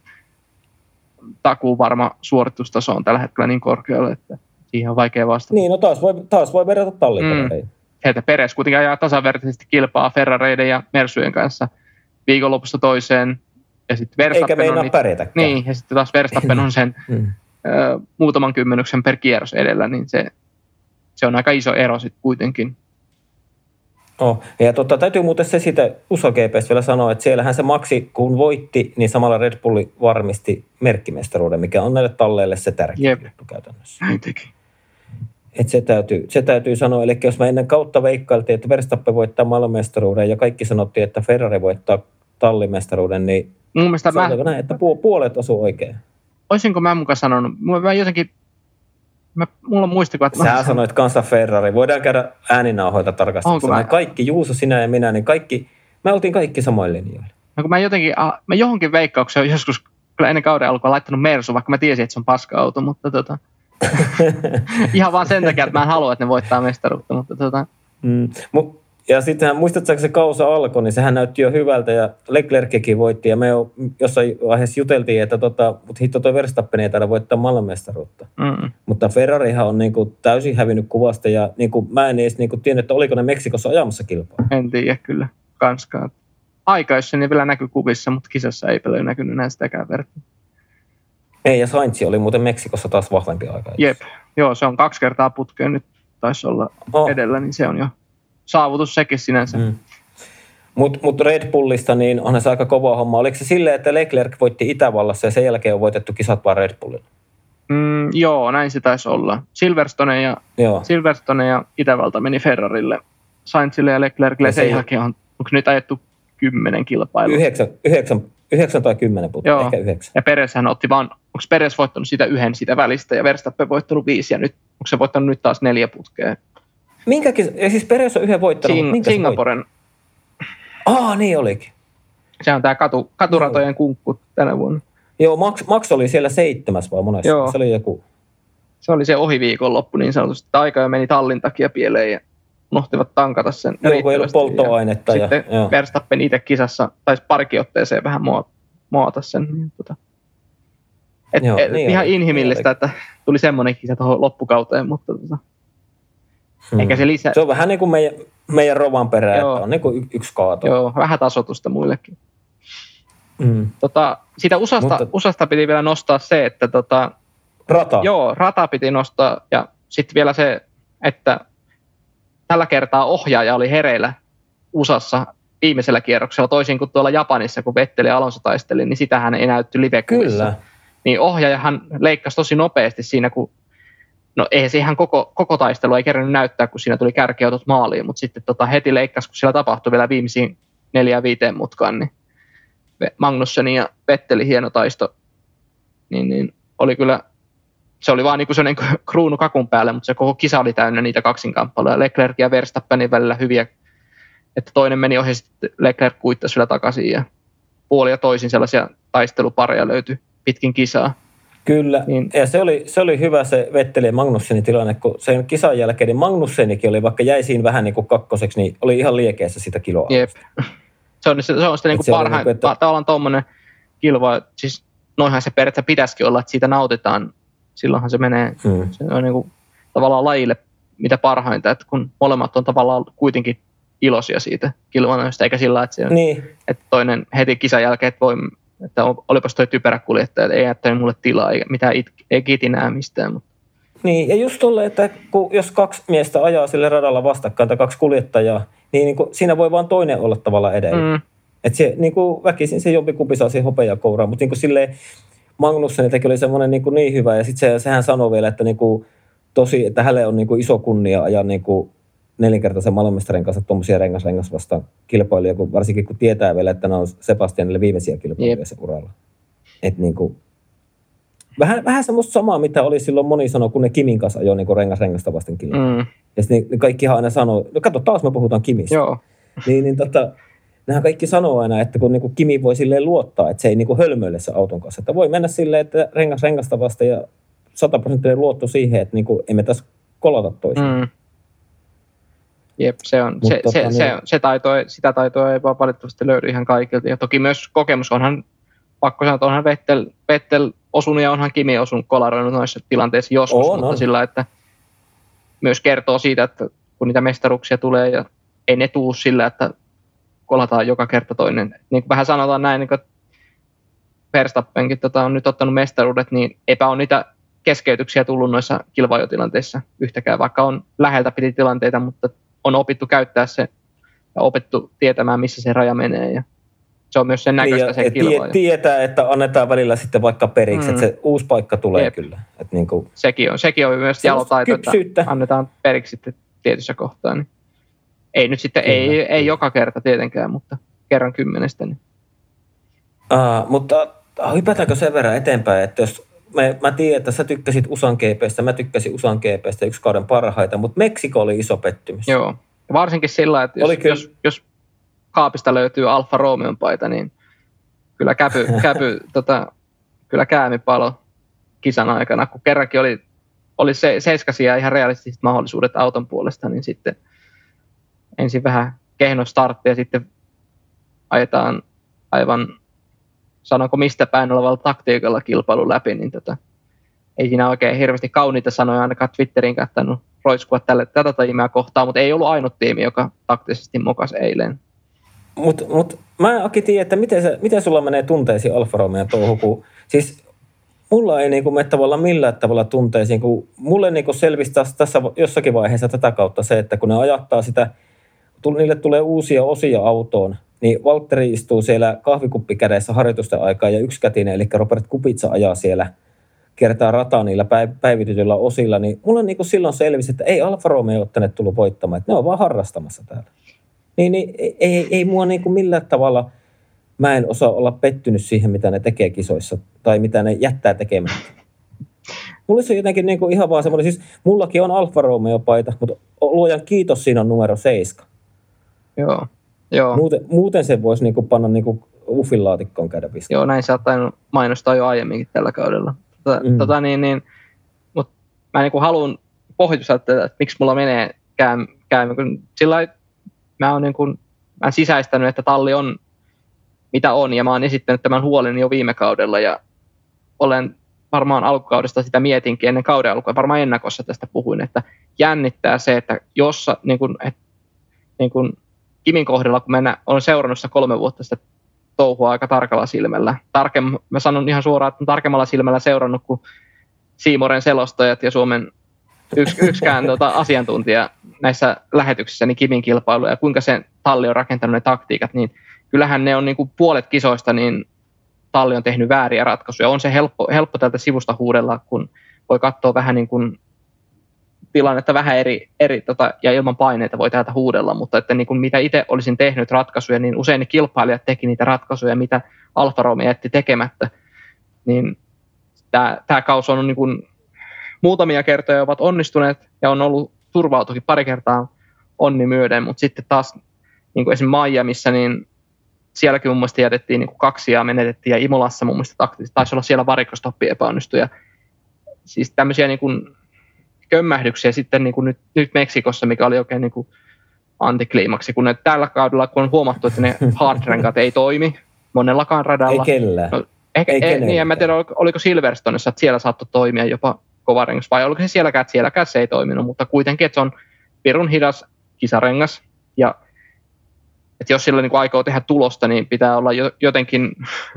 Speaker 2: takuu varma suoritustaso on tällä hetkellä niin korkealla, että siihen on vaikea vastata.
Speaker 1: Niin, no taas voi, taas voi verrata tallikavereita. Mm.
Speaker 2: Heitä Peres kuitenkin ajaa tasavertaisesti kilpaa Ferrareiden ja Mersujen kanssa viikonlopusta toiseen. Ja sitten Verstappen
Speaker 1: eikä meinaa
Speaker 2: on
Speaker 1: pärjätäkään.
Speaker 2: Niin, ja sitten taas Verstappen on sen mm. ö, muutaman kymmenyksen per kierros edellä, niin se, se on aika iso ero sitten kuitenkin.
Speaker 1: Oh. Ja tota, täytyy muuten se siitä U S A G P:stä vielä sanoa, että siellähän se Maxi, kun voitti, niin samalla Red Bulli varmisti merkkimestaruuden, mikä on näille talleille se tärkeä
Speaker 2: Jep.
Speaker 1: juttu käytännössä.
Speaker 2: Näin teki.
Speaker 1: Et se, täytyy, se täytyy sanoa, eli jos me ennen kautta veikkailtiin, että Verstappen voittaa maailmanmestaruuden ja kaikki sanottiin, että Ferrari voittaa tallimestaruuden, niin
Speaker 2: mun mielestä mä...
Speaker 1: näin, että puolet osuu oikein.
Speaker 2: Oisinko mä mukaan sanonut? Mä jotenkin... Mä, mulla on muistikuva, että...
Speaker 1: Sä sanoit kanssa Ferrari. Voidaan käydä ääninauhoita tarkastuksessa. Mä... Kaikki, Juuso, sinä ja minä, niin kaikki... Me oltiin kaikki samoin linjoilla.
Speaker 2: No kun mä jotenkin... Mä johonkin veikkaukseen joskus kyllä ennen kauden alkua laittanut Mersu, vaikka mä tiesin, että se on paska-auto, mutta tota... ihan vaan sen takia, että mä en halua, että ne voittaa mestaruutta, mutta tota...
Speaker 1: Mm. Ja sittenhän, muistatko, kun se kausa alkoi, niin sehän näytti jo hyvältä ja Leclerckin voitti. Ja me jo jossain vaiheessa juteltiin, että tota, mutta hitto toi Verstappen ei taida voittaa maailmanmestaruutta. Mm. Mutta Ferrarihan on niinku täysin hävinnyt kuvasta ja niinku, mä en edes niinku tiennyt, että oliko ne Meksikossa ajamassa kilpaa.
Speaker 2: En tiedä kyllä kanskaan. Aikaissa ne vielä näkyi kuvissa, mutta kisassa ei paljon näkynyt enää sitäkään verran.
Speaker 1: Ei, ja Sainz oli muuten Meksikossa taas vahvempi aika.
Speaker 2: Jep, joo, se on kaksi kertaa putkeen nyt taisi olla oh. edellä, niin se on jo saavutus sekin sinänsä. Mm.
Speaker 1: Mutta mut Red Bullista niin onhan se aika kova homma. Oliko se silleen, että Leclerc voitti Itävallassa ja sen jälkeen on voitettu kisat vaan Red Bullilla?
Speaker 2: Mm, joo, näin se taisi olla. Silverstone ja, Silverstone ja Itävalta meni Ferrarille. Sainzille ja Leclercille ja sen jälkeen on, onko nyt ajettu kymmenen kilpailua?
Speaker 1: Yhdeksän, yhdeksän, yhdeksän tai kymmenen putkea, ehkä yhdeksän.
Speaker 2: Ja Pereshän otti vaan, onko Peres voittanut sitä yhden sitä välistä ja Verstappen voittanut viisi ja nyt, onko se voittanut nyt taas neljä putkea?
Speaker 1: Minkäkin, ja siis Peres on yhden voittanut.
Speaker 2: Sing, Singaporen.
Speaker 1: Aa, niin olikin.
Speaker 2: Se on tämä katu, katuratojen kunkku tänä vuonna.
Speaker 1: Joo, Max, Max oli siellä seitsemäs vai monessa?
Speaker 2: Joo.
Speaker 1: Se oli joku.
Speaker 2: se oli se ohiviikonloppu niin sanotusti. Aika jo meni tallin takia pieleen ja unohtivat tankata sen.
Speaker 1: Joo, kun ei ollut polttoainetta.
Speaker 2: Ja
Speaker 1: ja,
Speaker 2: sitten
Speaker 1: joo.
Speaker 2: Verstappen itse kisassa taisi parikin otteeseen vähän muota sen. Niin, tota. Et,
Speaker 1: Joo,
Speaker 2: et,
Speaker 1: niin
Speaker 2: ihan
Speaker 1: oli,
Speaker 2: inhimillistä,
Speaker 1: niin
Speaker 2: että tuli semmoinen kisa tuohon loppukauteen, mutta tota,
Speaker 1: hmm.
Speaker 2: eikä se lisää.
Speaker 1: Se on vähän niin kuin meidän, meidän rovan perä,
Speaker 2: Joo.
Speaker 1: että on niin kuin y- yksi kaato.
Speaker 2: Joo, vähän tasoitusta muillekin.
Speaker 1: Hmm.
Speaker 2: Tota, siitä U S A:sta,
Speaker 1: Mutta,
Speaker 2: U S A:sta piti vielä nostaa se, että tota,
Speaker 1: rata.
Speaker 2: joo, rata piti nostaa ja sitten vielä se, että tällä kertaa ohjaaja oli hereillä U S A:ssa viimeisellä kierroksella, toisin kuin tuolla Japanissa, kun Vettel ja Alonso taisteli, niin sitähän ei näytty live-kuvissa.
Speaker 1: Kyllä.
Speaker 2: Niin ohjaajahan leikkasi tosi nopeasti siinä, kun no eihän se ihan koko, koko taistelu ei kerännyt näyttää, kun siinä tuli kärkiautot maaliin, mutta sitten tota heti leikkasi, kun siellä tapahtui vielä viimeisiin neljään viiteen mutkaan, niin Magnussenin ja Vettelin hieno taisto, niin, niin oli kyllä, se oli vaan niin kuin sellainen kruunu kakun päälle, mutta se koko kisa oli täynnä niitä kaksinkamppailuja. Leclerc ja Verstappenin välillä hyviä, että toinen meni ohi, sitten Leclerc kuittasi vielä takaisin ja puoli ja toisin sellaisia taistelupareja löytyi pitkin kisaa.
Speaker 1: Kyllä,
Speaker 2: niin.
Speaker 1: Ja se oli, se oli hyvä se Vettelin ja Magnussenin tilanne, kun sen kisan jälkeen niin Magnussenikin oli, vaikka jäi siinä vähän niin kuin kakkoseksi, niin oli ihan liekeessä sitä kiloa.
Speaker 2: Jep. Se on, se, se on sitten niin kuin parhain, niin että tavallaan tuommoinen kilva, siis noinhan se periaatteessa pitäisikin olla, että siitä nautitaan, silloinhan se menee, hmm. se on niin kuin tavallaan lajille mitä parhainta, että kun molemmat on tavallaan kuitenkin iloisia siitä kilvanoista, eikä sillä, että, se on,
Speaker 1: niin.
Speaker 2: että toinen heti kisan jälkeen, että, voi, että olipas toi typerä kuljettaja, että ei jättänyt mulle tilaa, eikä mitään it, ei kitinää mistään. Mutta.
Speaker 1: Niin, ja just tolle, että kun, jos kaksi miestä ajaa sille radalla vastakkain tai kaksi kuljettajaa, niin, niin kuin, siinä voi vaan toinen olla tavallaan edellä. Mm. Että se niin kuin väkisin se jompikumpi saa siihen hopeakouraan, mutta niin kuin silleen Magnusseniltakin oli semmoinen niin, niin hyvä, ja sitten se, sehän sanoi vielä, että niin kuin, tosi, että hänelle on niin kuin iso kunnia ajaa niin kuin nelinkertaisen maailmanmestarin kanssa tuommoisia rengas-rengas vastaan kilpailuja, kun, varsinkin kun tietää vielä, että ne on Sebastianille viimeisiä kilpailuja se uralla. Että niin kuin, vähän, vähän semmoista samaa, mitä oli silloin moni sanoi, kun ne Kimin kanssa ajoi niin rengas-rengasta vasten kilpailuja. Mm. Ja sitten niin, kaikkihan aina sanoo, no kato, taas me puhutaan Kimistä.
Speaker 2: Joo.
Speaker 1: Niin, niin tota, nehän kaikki sanoo aina, että kun niin Kimi voi silleen luottaa, että se ei niin kuin hölmöile se auton kanssa. Että voi mennä silleen, että rengas rengasta vasta ja sataprosenttinen luotto siihen, että niin kuin emme tässä kolata toisiaan. Mm.
Speaker 2: Jep, se on, se, tota, se, niin. se, se taito, sitä taitoa ei vaan valitettavasti löydy ihan kaikilta. Ja toki myös kokemus onhan, pakko sanoa, että onhan Vettel, Vettel osunut ja onhan Kimi osunut kolaroinut noissa tilanteissa joskus, on, mutta on. Sillä, että myös kertoo siitä, että kun niitä mestaruuksia tulee ja ei ne tuu sillä, että kolataan joka kerta toinen. Niin kuin vähän sanotaan näin, niin kuin Verstappenkin tota, on nyt ottanut mestaruudet, niin eipä ole niitä keskeytyksiä tullut noissa kilpailutilanteissa yhtäkään, vaikka on läheltä piti tilanteita, mutta on opittu käyttää se ja opittu tietämään, missä se raja menee. Ja se on myös sen näköistä niin, se kilpailu.
Speaker 1: Tietää, että annetaan välillä sitten vaikka periksi, mm. että se uusi paikka tulee Jep. kyllä. Että niin kuin
Speaker 2: sekin, on, sekin on myös jalotaito, että annetaan periksi sitten tietyssä kohtaa. Niin. Ei nyt sitten, kyllä, ei, kyllä. ei joka kerta tietenkään, mutta kerran kymmenestä. Niin.
Speaker 1: Uh, mutta hypätäänkö sen verran eteenpäin, että jos me, mä tiedän, että sä tykkäsit U S A:n G P:stä, mä tykkäsin U S A:n G P:stä yksi kauden parhaita, mutta Meksiko oli iso pettymys.
Speaker 2: Joo, ja varsinkin sillä, että jos, jos, jos kaapista löytyy Alfa Romeon paita, niin kyllä käpy, käpy tota, kyllä käämipalo kisan aikana, kun kerrankin oli, oli se, seiskasia ihan realistiset mahdollisuudet auton puolesta, niin sitten ensin vähän kehno startti ja sitten ajetaan aivan, sanonko mistä päin olevalla taktiikalla kilpailu läpi, niin tota, ei siinä oikein hirveästi kauniita sanoja ainakaan Twitteriin kattanut roiskua tälle, tätä tiimiä kohtaan, mutta ei ollut ainut tiimi, joka taktisesti mokasi eilen.
Speaker 1: Mutta mut, mä Aki tiedän, että miten, se, miten sulla menee tunteisiin Alfa Romeo touhukuun. Siis mulla ei niinku mene tavallaan millään tavalla tunteisiin, kun mulle niinku selvisi tässä jossakin vaiheessa tätä kautta se, että kun ne ajattaa sitä, niille tulee uusia osia autoon, niin Valtteri istuu siellä kahvikuppi kädessä harjoitusten aikaa ja yksikätinen, eli Robert Kubica ajaa siellä, kiertää rataa niillä päivitytyillä osilla, niin mulla niinku silloin selvisi, että ei Alfa Romeo ole tänne tullut voittamaan, että ne on vaan harrastamassa täällä. Niin, niin ei, ei, ei mua niinku millään tavalla, mä en osaa olla pettynyt siihen, mitä ne tekee kisoissa, tai mitä ne jättää tekemättä. Mulla se on jotenkin niinku ihan vaan semmoinen, siis mullakin on Alfa Romeo-paita, mutta luojan kiitos, siinä on numero seiska.
Speaker 2: Joo. Joo.
Speaker 1: Muuten, muuten se voisi niinku panna niinku uffin laatikkoon käydä viskaan.
Speaker 2: Joo, näin sä oot tainnut mainostaa jo aiemminkin tällä kaudella. Tota, mm. tota, niin, niin, mut mä niin kuin haluan pohjusta, että, että miksi mulla menee käymään, kun sillä mä oon niin kuin, mä oon sisäistänyt, että talli on mitä on, ja mä oon esittänyt tämän huolen jo viime kaudella, ja olen varmaan alkukaudesta sitä mietinkin ennen kauden alkua, varmaan ennakossa tästä puhuin, että jännittää se, että jos niin kuin, et, niin kuin Kimin kohdalla, kun mä olen seurannut sitä kolme vuotta sitä touhua aika tarkalla silmällä. Tarkem, mä sanon ihan suoraan, että tarkemmalla silmällä seurannut kuin Siimoren selostajat ja Suomen yks, yksikään tuota, asiantuntija näissä lähetyksissä, niin Kimin kilpailuja ja kuinka se talli on rakentanut ne taktiikat, niin kyllähän ne on niin kuin puolet kisoista, niin talli on tehnyt vääriä ratkaisuja. On se helppo, helppo tältä sivusta huudella, kun voi katsoa vähän niin kuin tilannetta vähän eri, eri tota, ja ilman paineita voi täältä huudella, mutta että niin kuin mitä itse olisin tehnyt ratkaisuja, niin usein ne kilpailijat teki niitä ratkaisuja, mitä Alfa Romeo jätti tekemättä. Niin tämä, tämä kausi on niin kuin muutamia kertoja ovat onnistuneet ja on ollut turvautukin pari kertaa onni myöden, mutta sitten taas niin kuin esimerkiksi Miamiissa, niin sielläkin mun mielestä jätettiin niin kuin kaksi ja menetettiin, ja Imolassa mun mielestä taktisesti taisi olla siellä varikkostoppi epäonnistuja. Siis tämmöisiä niin kuin kömmähdyksiä sitten niin kuin nyt, nyt Meksikossa, mikä oli oikein niin kuin antikliimaksi, kun ne tällä kaudella, kun on huomattu, että ne hard-renkaat ei toimi monellakaan radalla.
Speaker 1: Ei kellään. No,
Speaker 2: ehkä, ei ei, niin, en mä tiedä, oliko, oliko Silverstoneissa, että siellä saattoi toimia jopa kova rengas, vai oliko se sielläkään, että sielläkään se ei toiminut, mutta kuitenkin, että se on pirun hidas kisarengas, ja että jos sillä niin kuin aikoo tehdä tulosta, niin pitää olla jotenkin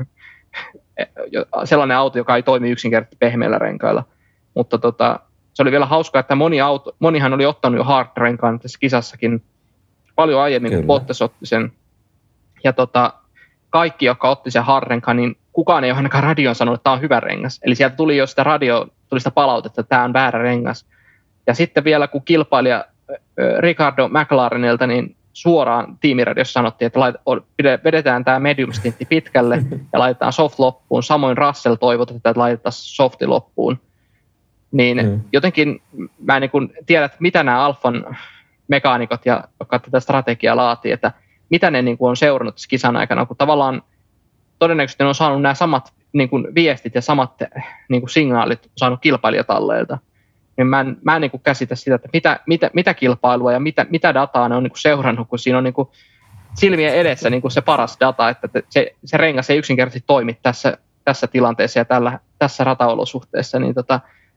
Speaker 2: sellainen auto, joka ei toimi yksinkertaisesti pehmeillä renkailla. Mutta tota, se oli vielä hauskaa, että moni auto, monihan oli ottanut jo hard-renkaan tässä kisassakin paljon aiemmin, kun Bottas otti sen. Ja tota, kaikki, jotka otti sen hard-renkaan, niin kukaan ei ole ainakaan radioon sanonut, että tämä on hyvä rengas. Eli sieltä tuli jo sitä radio, tuli sitä palautetta, että tämä on väärä rengas. Ja sitten vielä, kun kilpailija Ricardo McLarenilta, niin suoraan tiimiradiossa sanottiin, että vedetään tämä medium-stintti pitkälle ja laitetaan soft loppuun. Samoin Russell toivot, että laitetaan softi loppuun. Niin mm. jotenkin mä en niin kuin tiedä, että mitä nämä Alfan mekaanikot, ja, jotka tätä strategiaa laatii, että mitä ne niin kuin on seurannut tässä kisan aikana, kun tavallaan todennäköisesti ne on saanut nämä samat niin kuin viestit ja samat niin kuin signaalit saanut kilpailijatalleilta. Niin mä en, mä en niin kuin käsitä sitä, että mitä, mitä, mitä kilpailua ja mitä, mitä dataa ne on niin kuin seurannut, kun siinä on niin kuin silmien edessä niin kuin se paras data, että se, se rengas ei yksinkertaisesti toimi tässä, tässä tilanteessa ja tällä, tässä rataolosuhteessa, niin tota,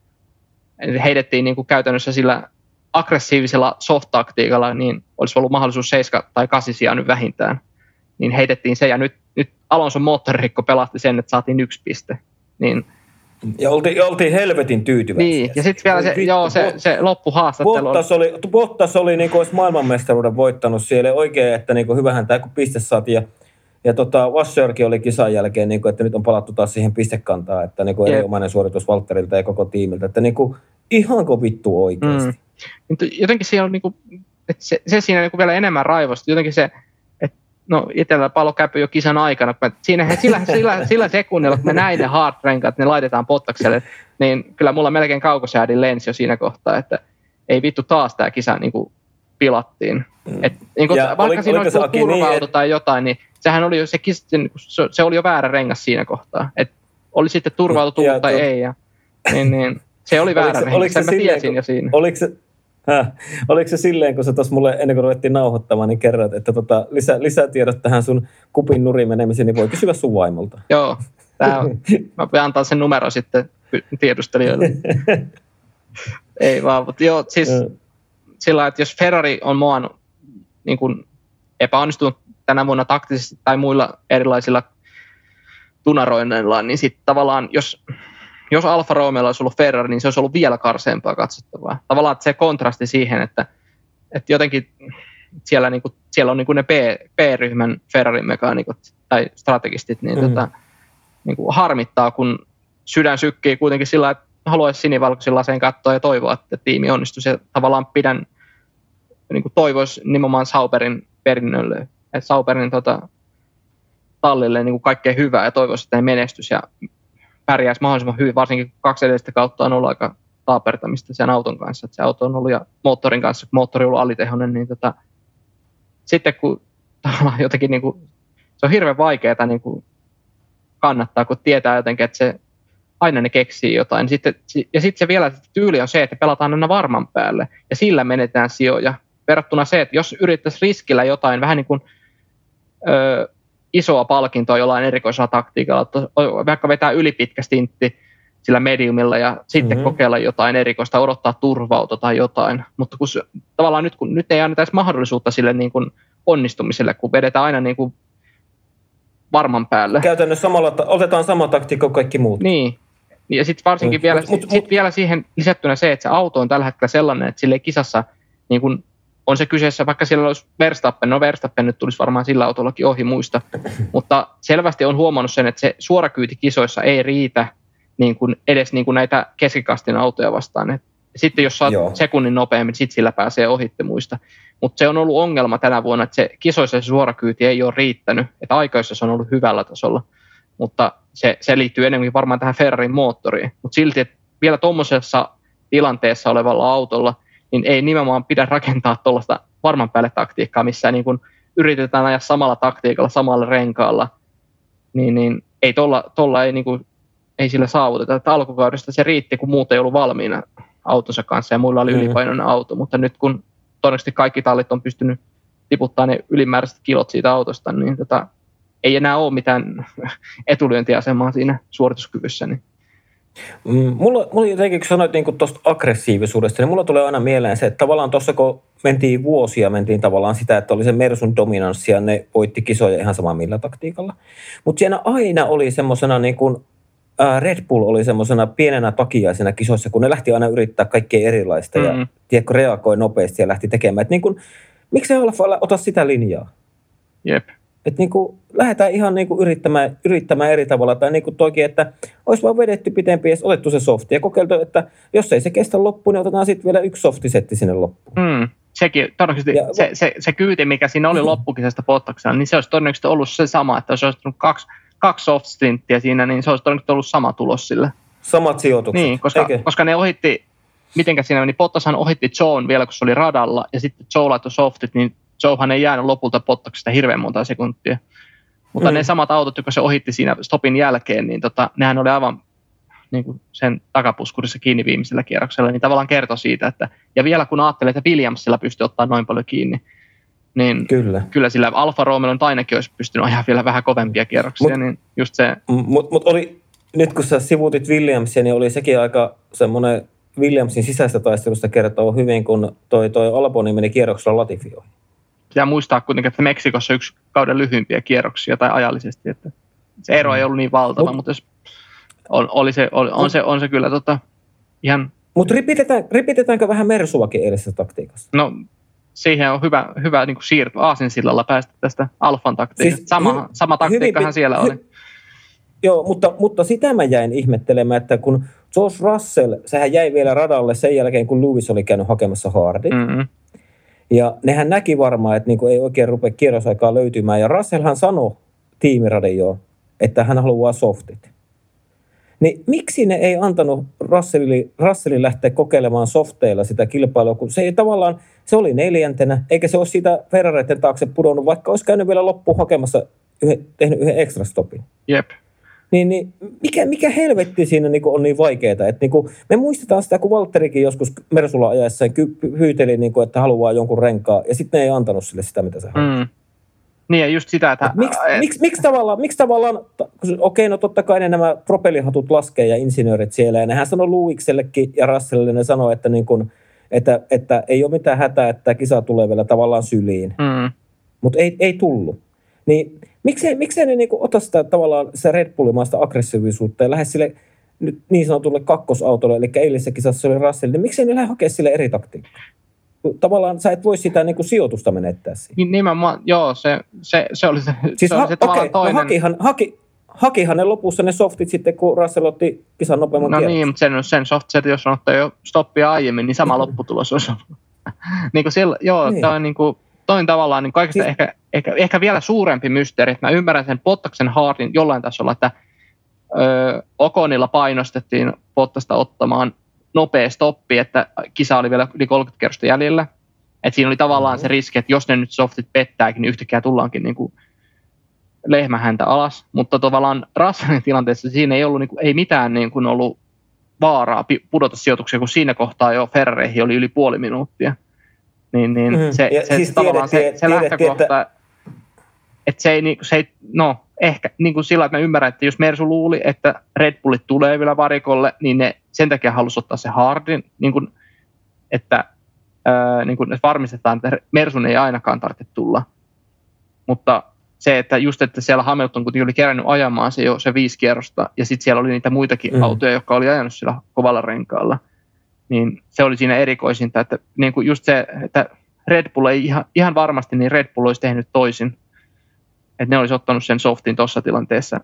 Speaker 2: heidettiin niin kuin käytännössä sillä aggressiivisella soft-taktiikalla, niin olisi ollut mahdollisuus seitsemän tai kahdeksan sijaan nyt vähintään, niin heitettiin se, ja nyt, nyt Alonson moottoririkko pelasti sen, että saatiin yksi piste, niin
Speaker 1: ja oltiin, oltiin helvetin tyytyväisiä.
Speaker 2: Niin, ja sitten vielä se, joo, se, se loppuhaastattelu.
Speaker 1: Bottas oli, Bottas oli niin kuin olisi maailmanmestaruuden voittanut siellä oikein, että niin kuin hyvähän tämä kun piste saatiin. Ja, ja tota, Wasserkin oli kisan jälkeen, niin kuin, että nyt on palattu taas siihen pistekantaan, että niin kuin erinomainen suoritus Valtterilta ja koko tiimiltä. Että niin kuin, ihanko vittu oikeasti.
Speaker 2: Mm. Jotenkin siinä on, niin kuin, että se, se siinä niin kuin vielä enemmän raivosti. Jotenkin se, että no itsellä pallo käpy jo kisan aikana. Siinä, sillä, sillä, sillä sekunnilla, kun me näin ne hard-renkaat, ne laitetaan Bottakselle, niin kyllä mulla melkein kaukosäädin lensi jo siinä kohtaa, että ei vittu taas tämä kisa niin kuin pilattiin. Mm. Et, niin kuin, vaikka oli, siinä olisi turvautu niin, tai jotain, niin sehän oli jo, se, se, se oli jo väärä rengas siinä kohtaa. Et oli sitten turvautu ja, tai to... ei. Ja, niin, niin, se oli väärä rengas, oliko se sen silleen, mä tiesin kun, jo siinä.
Speaker 1: Oliko se, häh, oliko se silleen, kun sä tuossa mulle ennen kuin ruvettiin nauhoittamaan, niin kerroit, että tota, lisä, lisätiedot tähän sun kupin nurin menemiseen, niin voi kysyä sun vaimolta.
Speaker 2: Joo, tää on, mä voin antaa sen numero sitten tiedustelijoille. Ei vaan, mutta joo, siis sillä että jos Ferrari on moannut niin kuin epäonnistunut tänä vuonna taktisesti tai muilla erilaisilla tunaroinneilla, niin sitten tavallaan, jos, jos Alfa Romeolla olisi ollut Ferrari, niin se olisi ollut vielä karseampaa katsottavaa. Tavallaan että se kontrasti siihen, että, että jotenkin siellä, niin kuin, siellä on niin kuin ne B, B-ryhmän Ferrarin mekaanikot tai strategistit, niin, mm. tota, niin kuin harmittaa, kun sydän sykkii kuitenkin sillä, että haluaisi sinivalkoisilla sen katsoa ja toivoa, että tiimi onnistuisi. Ja tavallaan pidän, niin kuin toivoisi nimenomaan Sauberin perinnölle, että Sauberin tota, tallille niin kuin kaikkea hyvää ja toivoisi, että ne menestyisi ja pärjäisi mahdollisimman hyvin, varsinkin kaksi edellistä kautta on ollut aika taapertamista sen auton kanssa, että se auto on ollut ja moottorin kanssa, kun moottori on ollut alitehoinen, niin tota, sitten kun jotenkin niin kuin, se on hirveän vaikeaa niin kuin kannattaa, kun tietää jotenkin, että se aina ne keksii jotain. Sitten, ja sitten se vielä tyyli on se, että pelataan aina varman päälle, ja sillä menetään sijoja. Verrattuna se, että jos yrittäisi riskillä jotain vähän niin kuin ö, isoa palkintoa jollain erikoisella taktiikalla, että vaikka vetää ylipitkä stintti sillä mediumilla ja sitten mm-hmm. kokeilla jotain erikoista, odottaa turvauta tai jotain. Mutta kun se, tavallaan nyt, kun nyt ei anneta edes mahdollisuutta sille niin kuin onnistumiselle, kun vedetään aina niin kuin varman päälle.
Speaker 1: Käytännössä samalla, otetaan sama taktiikka kuin kaikki muut.
Speaker 2: Niin. Ja sitten varsinkin mm. vielä, mut, sit, mut, vielä siihen lisättynä se, että se auto on tällä hetkellä sellainen, että sille kisassa niin kun on se kyseessä, vaikka siellä olisi Verstappen, no Verstappen nyt tulisi varmaan sillä autollakin ohi muista, mutta selvästi on huomannut sen, että se suorakyyti kisoissa ei riitä niin kun edes niin kun näitä keskikastin autoja vastaan. Et sitten jos saat Joo. sekunnin nopeammin, sitten sillä pääsee ohitte muista. Mutta se on ollut ongelma tänä vuonna, että se kisoissa se suorakyyti ei ole riittänyt, että aikaissa se on ollut hyvällä tasolla, mutta se, se liittyy enemmän varmaan tähän Ferrarin moottoriin. Mutta silti, että vielä tuommoisessa tilanteessa olevalla autolla, niin ei nimenomaan pidä rakentaa tuollaista varman päälle taktiikkaa, missä niin kun yritetään ajaa samalla taktiikalla, samalla renkaalla, niin, niin ei tuolla, tuolla ei, niin kun, ei sillä saavuteta. Että alkukaudesta se riitti, kun muut ei ollut valmiina autonsa kanssa ja muilla oli mm-hmm. ylipainoinen auto, mutta nyt kun todennäköisesti kaikki tallit on pystynyt tiputtamaan ne ylimääräiset kilot siitä autosta, niin tota, ei enää ole mitään etulyöntiasemaa siinä suorituskyvyssä. Niin.
Speaker 1: Mm, mulla, mulla jotenkin, kun sanoit niin tuosta aggressiivisuudesta, niin mulla tulee aina mieleen se, että tavallaan tuossa kun mentiin vuosia, mentiin tavallaan sitä, että oli se Mersun dominanssi ja ne voitti kisoja ihan sama millä taktiikalla. Mutta siinä aina oli semmoisena niin kuin Red Bull oli semmoisena pienenä takiaisena kisoissa, kun ne lähti aina yrittää kaikkea erilaista mm-hmm. ja tiedätkö, reagoi nopeasti ja lähti tekemään. Että niin kuin, miksei Alfa ota sitä linjaa?
Speaker 2: Jep.
Speaker 1: Että niin kuin lähdetään ihan niin kuin yrittämään, yrittämään eri tavalla. Tai niin kuin toikin, että olisi vaan vedetty pitempi ja otettu se softi ja kokeiltu, että jos ei se kestä loppuun, niin otetaan sitten vielä yksi softisetti sinne loppuun.
Speaker 2: Mm. Sekin, todennäköisesti ja, se, se, se kyyti, mikä siinä oli mm-hmm. loppukisesta Bottaksena, niin se olisi todennäköisesti ollut se sama, että jos olisi ollut kaksi kaksi soft-stinttiä siinä, niin se olisi todennäköisesti ollut sama tulos sille.
Speaker 1: Samat sijoitukset.
Speaker 2: Niin, koska, koska ne ohitti, mitenkä siinä meni, Bottashan ohitti Joen vielä, kun se oli radalla, ja sitten Joe laittoi softit, niin Joehan ei jäänyt lopulta Bottaksesta hirveän monta sekuntia. Mutta mm. ne samat autot, jotka se ohitti siinä stopin jälkeen, niin tota, nehän oli aivan niin kuin sen takapuskurissa kiinni viimeisellä kierroksella, niin tavallaan kertoi siitä, että, ja vielä kun ajattelee, että Williamsilla pystyy ottaa noin paljon kiinni, niin kyllä, kyllä sillä Alfa Romeon ainakin olisi pystynyt ajaa vielä vähän kovempia kierroksia, mut, niin just se.
Speaker 1: Mutta mut oli, nyt kun sä sivuutit Williamsia, niin oli sekin aika semmoinen Williamsin sisäistä taistelusta kertoo hyvin, kun toi, toi Alboni meni kierroksella Latifioihin.
Speaker 2: Pitää muistaa kuitenkin, että Meksikossa yksi kauden lyhyimpiä kierroksia tai ajallisesti, että se ero ei ollut niin valtava, mut, mutta jos on, oli se, oli, on, mut, se, on se kyllä tota, ihan.
Speaker 1: Mutta ripitetään, ripitetäänkö vähän Mersuakin eilisessä taktiikassa?
Speaker 2: No, siihen on hyvä, hyvä niin kuin siirtyä aasinsillalla päästä tästä Alfan taktiikasta. Siis sama, hy, sama taktiikkahan hyvin, siellä hy, oli.
Speaker 1: Joo, mutta, mutta sitä mä jäin ihmettelemään, että kun George Russell, sehän jäi vielä radalle sen jälkeen, kun Lewis oli käynyt hakemassa hardit. Mm-hmm. Ja nehän näki varmaan, että niinku ei oikein rupea kierrosaikaa löytymään. Ja Russellhan sanoi tiimiradioon, että hän haluaa softit. Niin miksi ne ei antanut Russellin, Russellin lähteä kokeilemaan softeilla sitä kilpailua, kun se ei tavallaan, se oli neljäntenä, eikä se ole siitä Ferrareiden taakse pudonnut, vaikka olisi käynyt vielä loppuun hakemassa, yhden, tehnyt yhden ekstra stopin.
Speaker 2: Jep.
Speaker 1: Niin, niin mikä, mikä helvetti siinä niin on niin vaikeaa, että niin kuin, me muistetaan sitä, kun Valtterikin joskus Mersulla ajaessaan hyyteli, niin kuin, että haluaa jonkun renkaa, ja sitten ne ei antanut sille sitä, mitä se haluaa. Mm.
Speaker 2: Niin ja just sitä, että.
Speaker 1: Miksi miksi miksi tavallaan, miksi tavallaan, okei, no totta kai ne nämä propellihatut laskee ja insinöörit siellä, ja nehän sanoi Lewisellekin ja Russellille, ne sanoi, että, niin kuin, että, että ei ole mitään hätää, että kisa tulee vielä tavallaan syliin. Mm. Mutta ei, ei tullut. Niin miksei, miksei ne niin kuin ota sitä tavallaan se Red Bullimaista aggressiivisuutta ja lähde sille nyt niin sanotulle kakkosautolle, eli eilisessä kisassa se oli Russell, niin miksei ne lähde hakemaan sille eri taktiikkaa? Tavallaan sä et voi sitä niin kuin sijoitusta menettää siihen.
Speaker 2: Nimenomaan, joo, se, se, se oli se,
Speaker 1: siis
Speaker 2: se, oli se tavallaan okay, toinen.
Speaker 1: No hakihan, haki, hakihan ne lopussa ne softit sitten, kun Russell otti kisan nopeamman
Speaker 2: no
Speaker 1: kierroksen.
Speaker 2: niin, mutta sen, sen softset, jos on ottanut jo stoppia aiemmin, niin sama lopputulos olisi ollut. niin kuin sillä, joo, niin. Tämä on niin kuin, toinen tavallaan niin kaikista siis, ehkä, ehkä, ehkä vielä suurempi mysteeri, että mä ymmärrän sen Bottaksen hardin jollain tasolla, että ö, Oconilla painostettiin Bottasta ottamaan nopea stoppi, että kisa oli vielä yli kolmekymmentä kerrosta jäljellä. Että siinä oli tavallaan mm-hmm. se riski, että jos ne nyt softit pettääkin, niin yhtäkkiä tullaankin niin kuin lehmähäntä alas, mutta tavallaan Russellin tilanteessa siinä ei ollut niin kuin, ei mitään niin kuin ollut vaaraa pudota sijoituksia, kun siinä kohtaa jo Ferrareihin oli yli puoli minuuttia. Niin, niin mm. se, se, siis tavallaan tiedettiin, se, se lähtökohta, että, että se ei, se ei, no ehkä niin kuin sillä, että mä ymmärrän, että jos Mersu luuli, että Red Bullit tulee vielä varikolle, niin ne sen takia halusi ottaa se hardin, niin kuin, että, ää, niin kuin, että varmistetaan, että Mersun ei ainakaan tarvitse tulla. Mutta se, että just, että siellä Hamilton kuitenkin oli kerännyt ajamaan se jo se viisi kierrosta, ja sitten siellä oli niitä muitakin mm. autoja, jotka oli ajanut sillä kovalla renkaalla, niin se oli siinä erikoisinta, että niin kuin just se, että Red Bull ei ihan, ihan varmasti, niin Red Bull olisi tehnyt toisin, että ne olisi ottanut sen softin tuossa tilanteessa.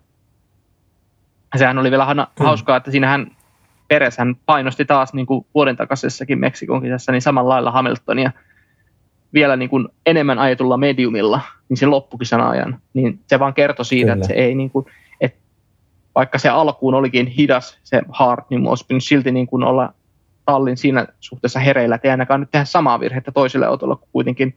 Speaker 2: Sehän oli vielä ha- mm. hauskaa, että siinähän Perez hän painosti taas niin kuin vuoden takaisessakin Meksikon kisassa, niin samalla lailla Hamiltonia vielä niin kuin enemmän ajetulla mediumilla, niin se loppukisan ajan. Niin se vaan kertoi siitä, Kyllä. että se ei niin kuin, että vaikka se alkuun olikin hidas, se hard, niin olisi pitänyt silti niin kuin olla tallin siinä suhteessa hereillä, että ei ainakaan nyt tehdä samaa virhettä toiselle autolle, kun kuitenkin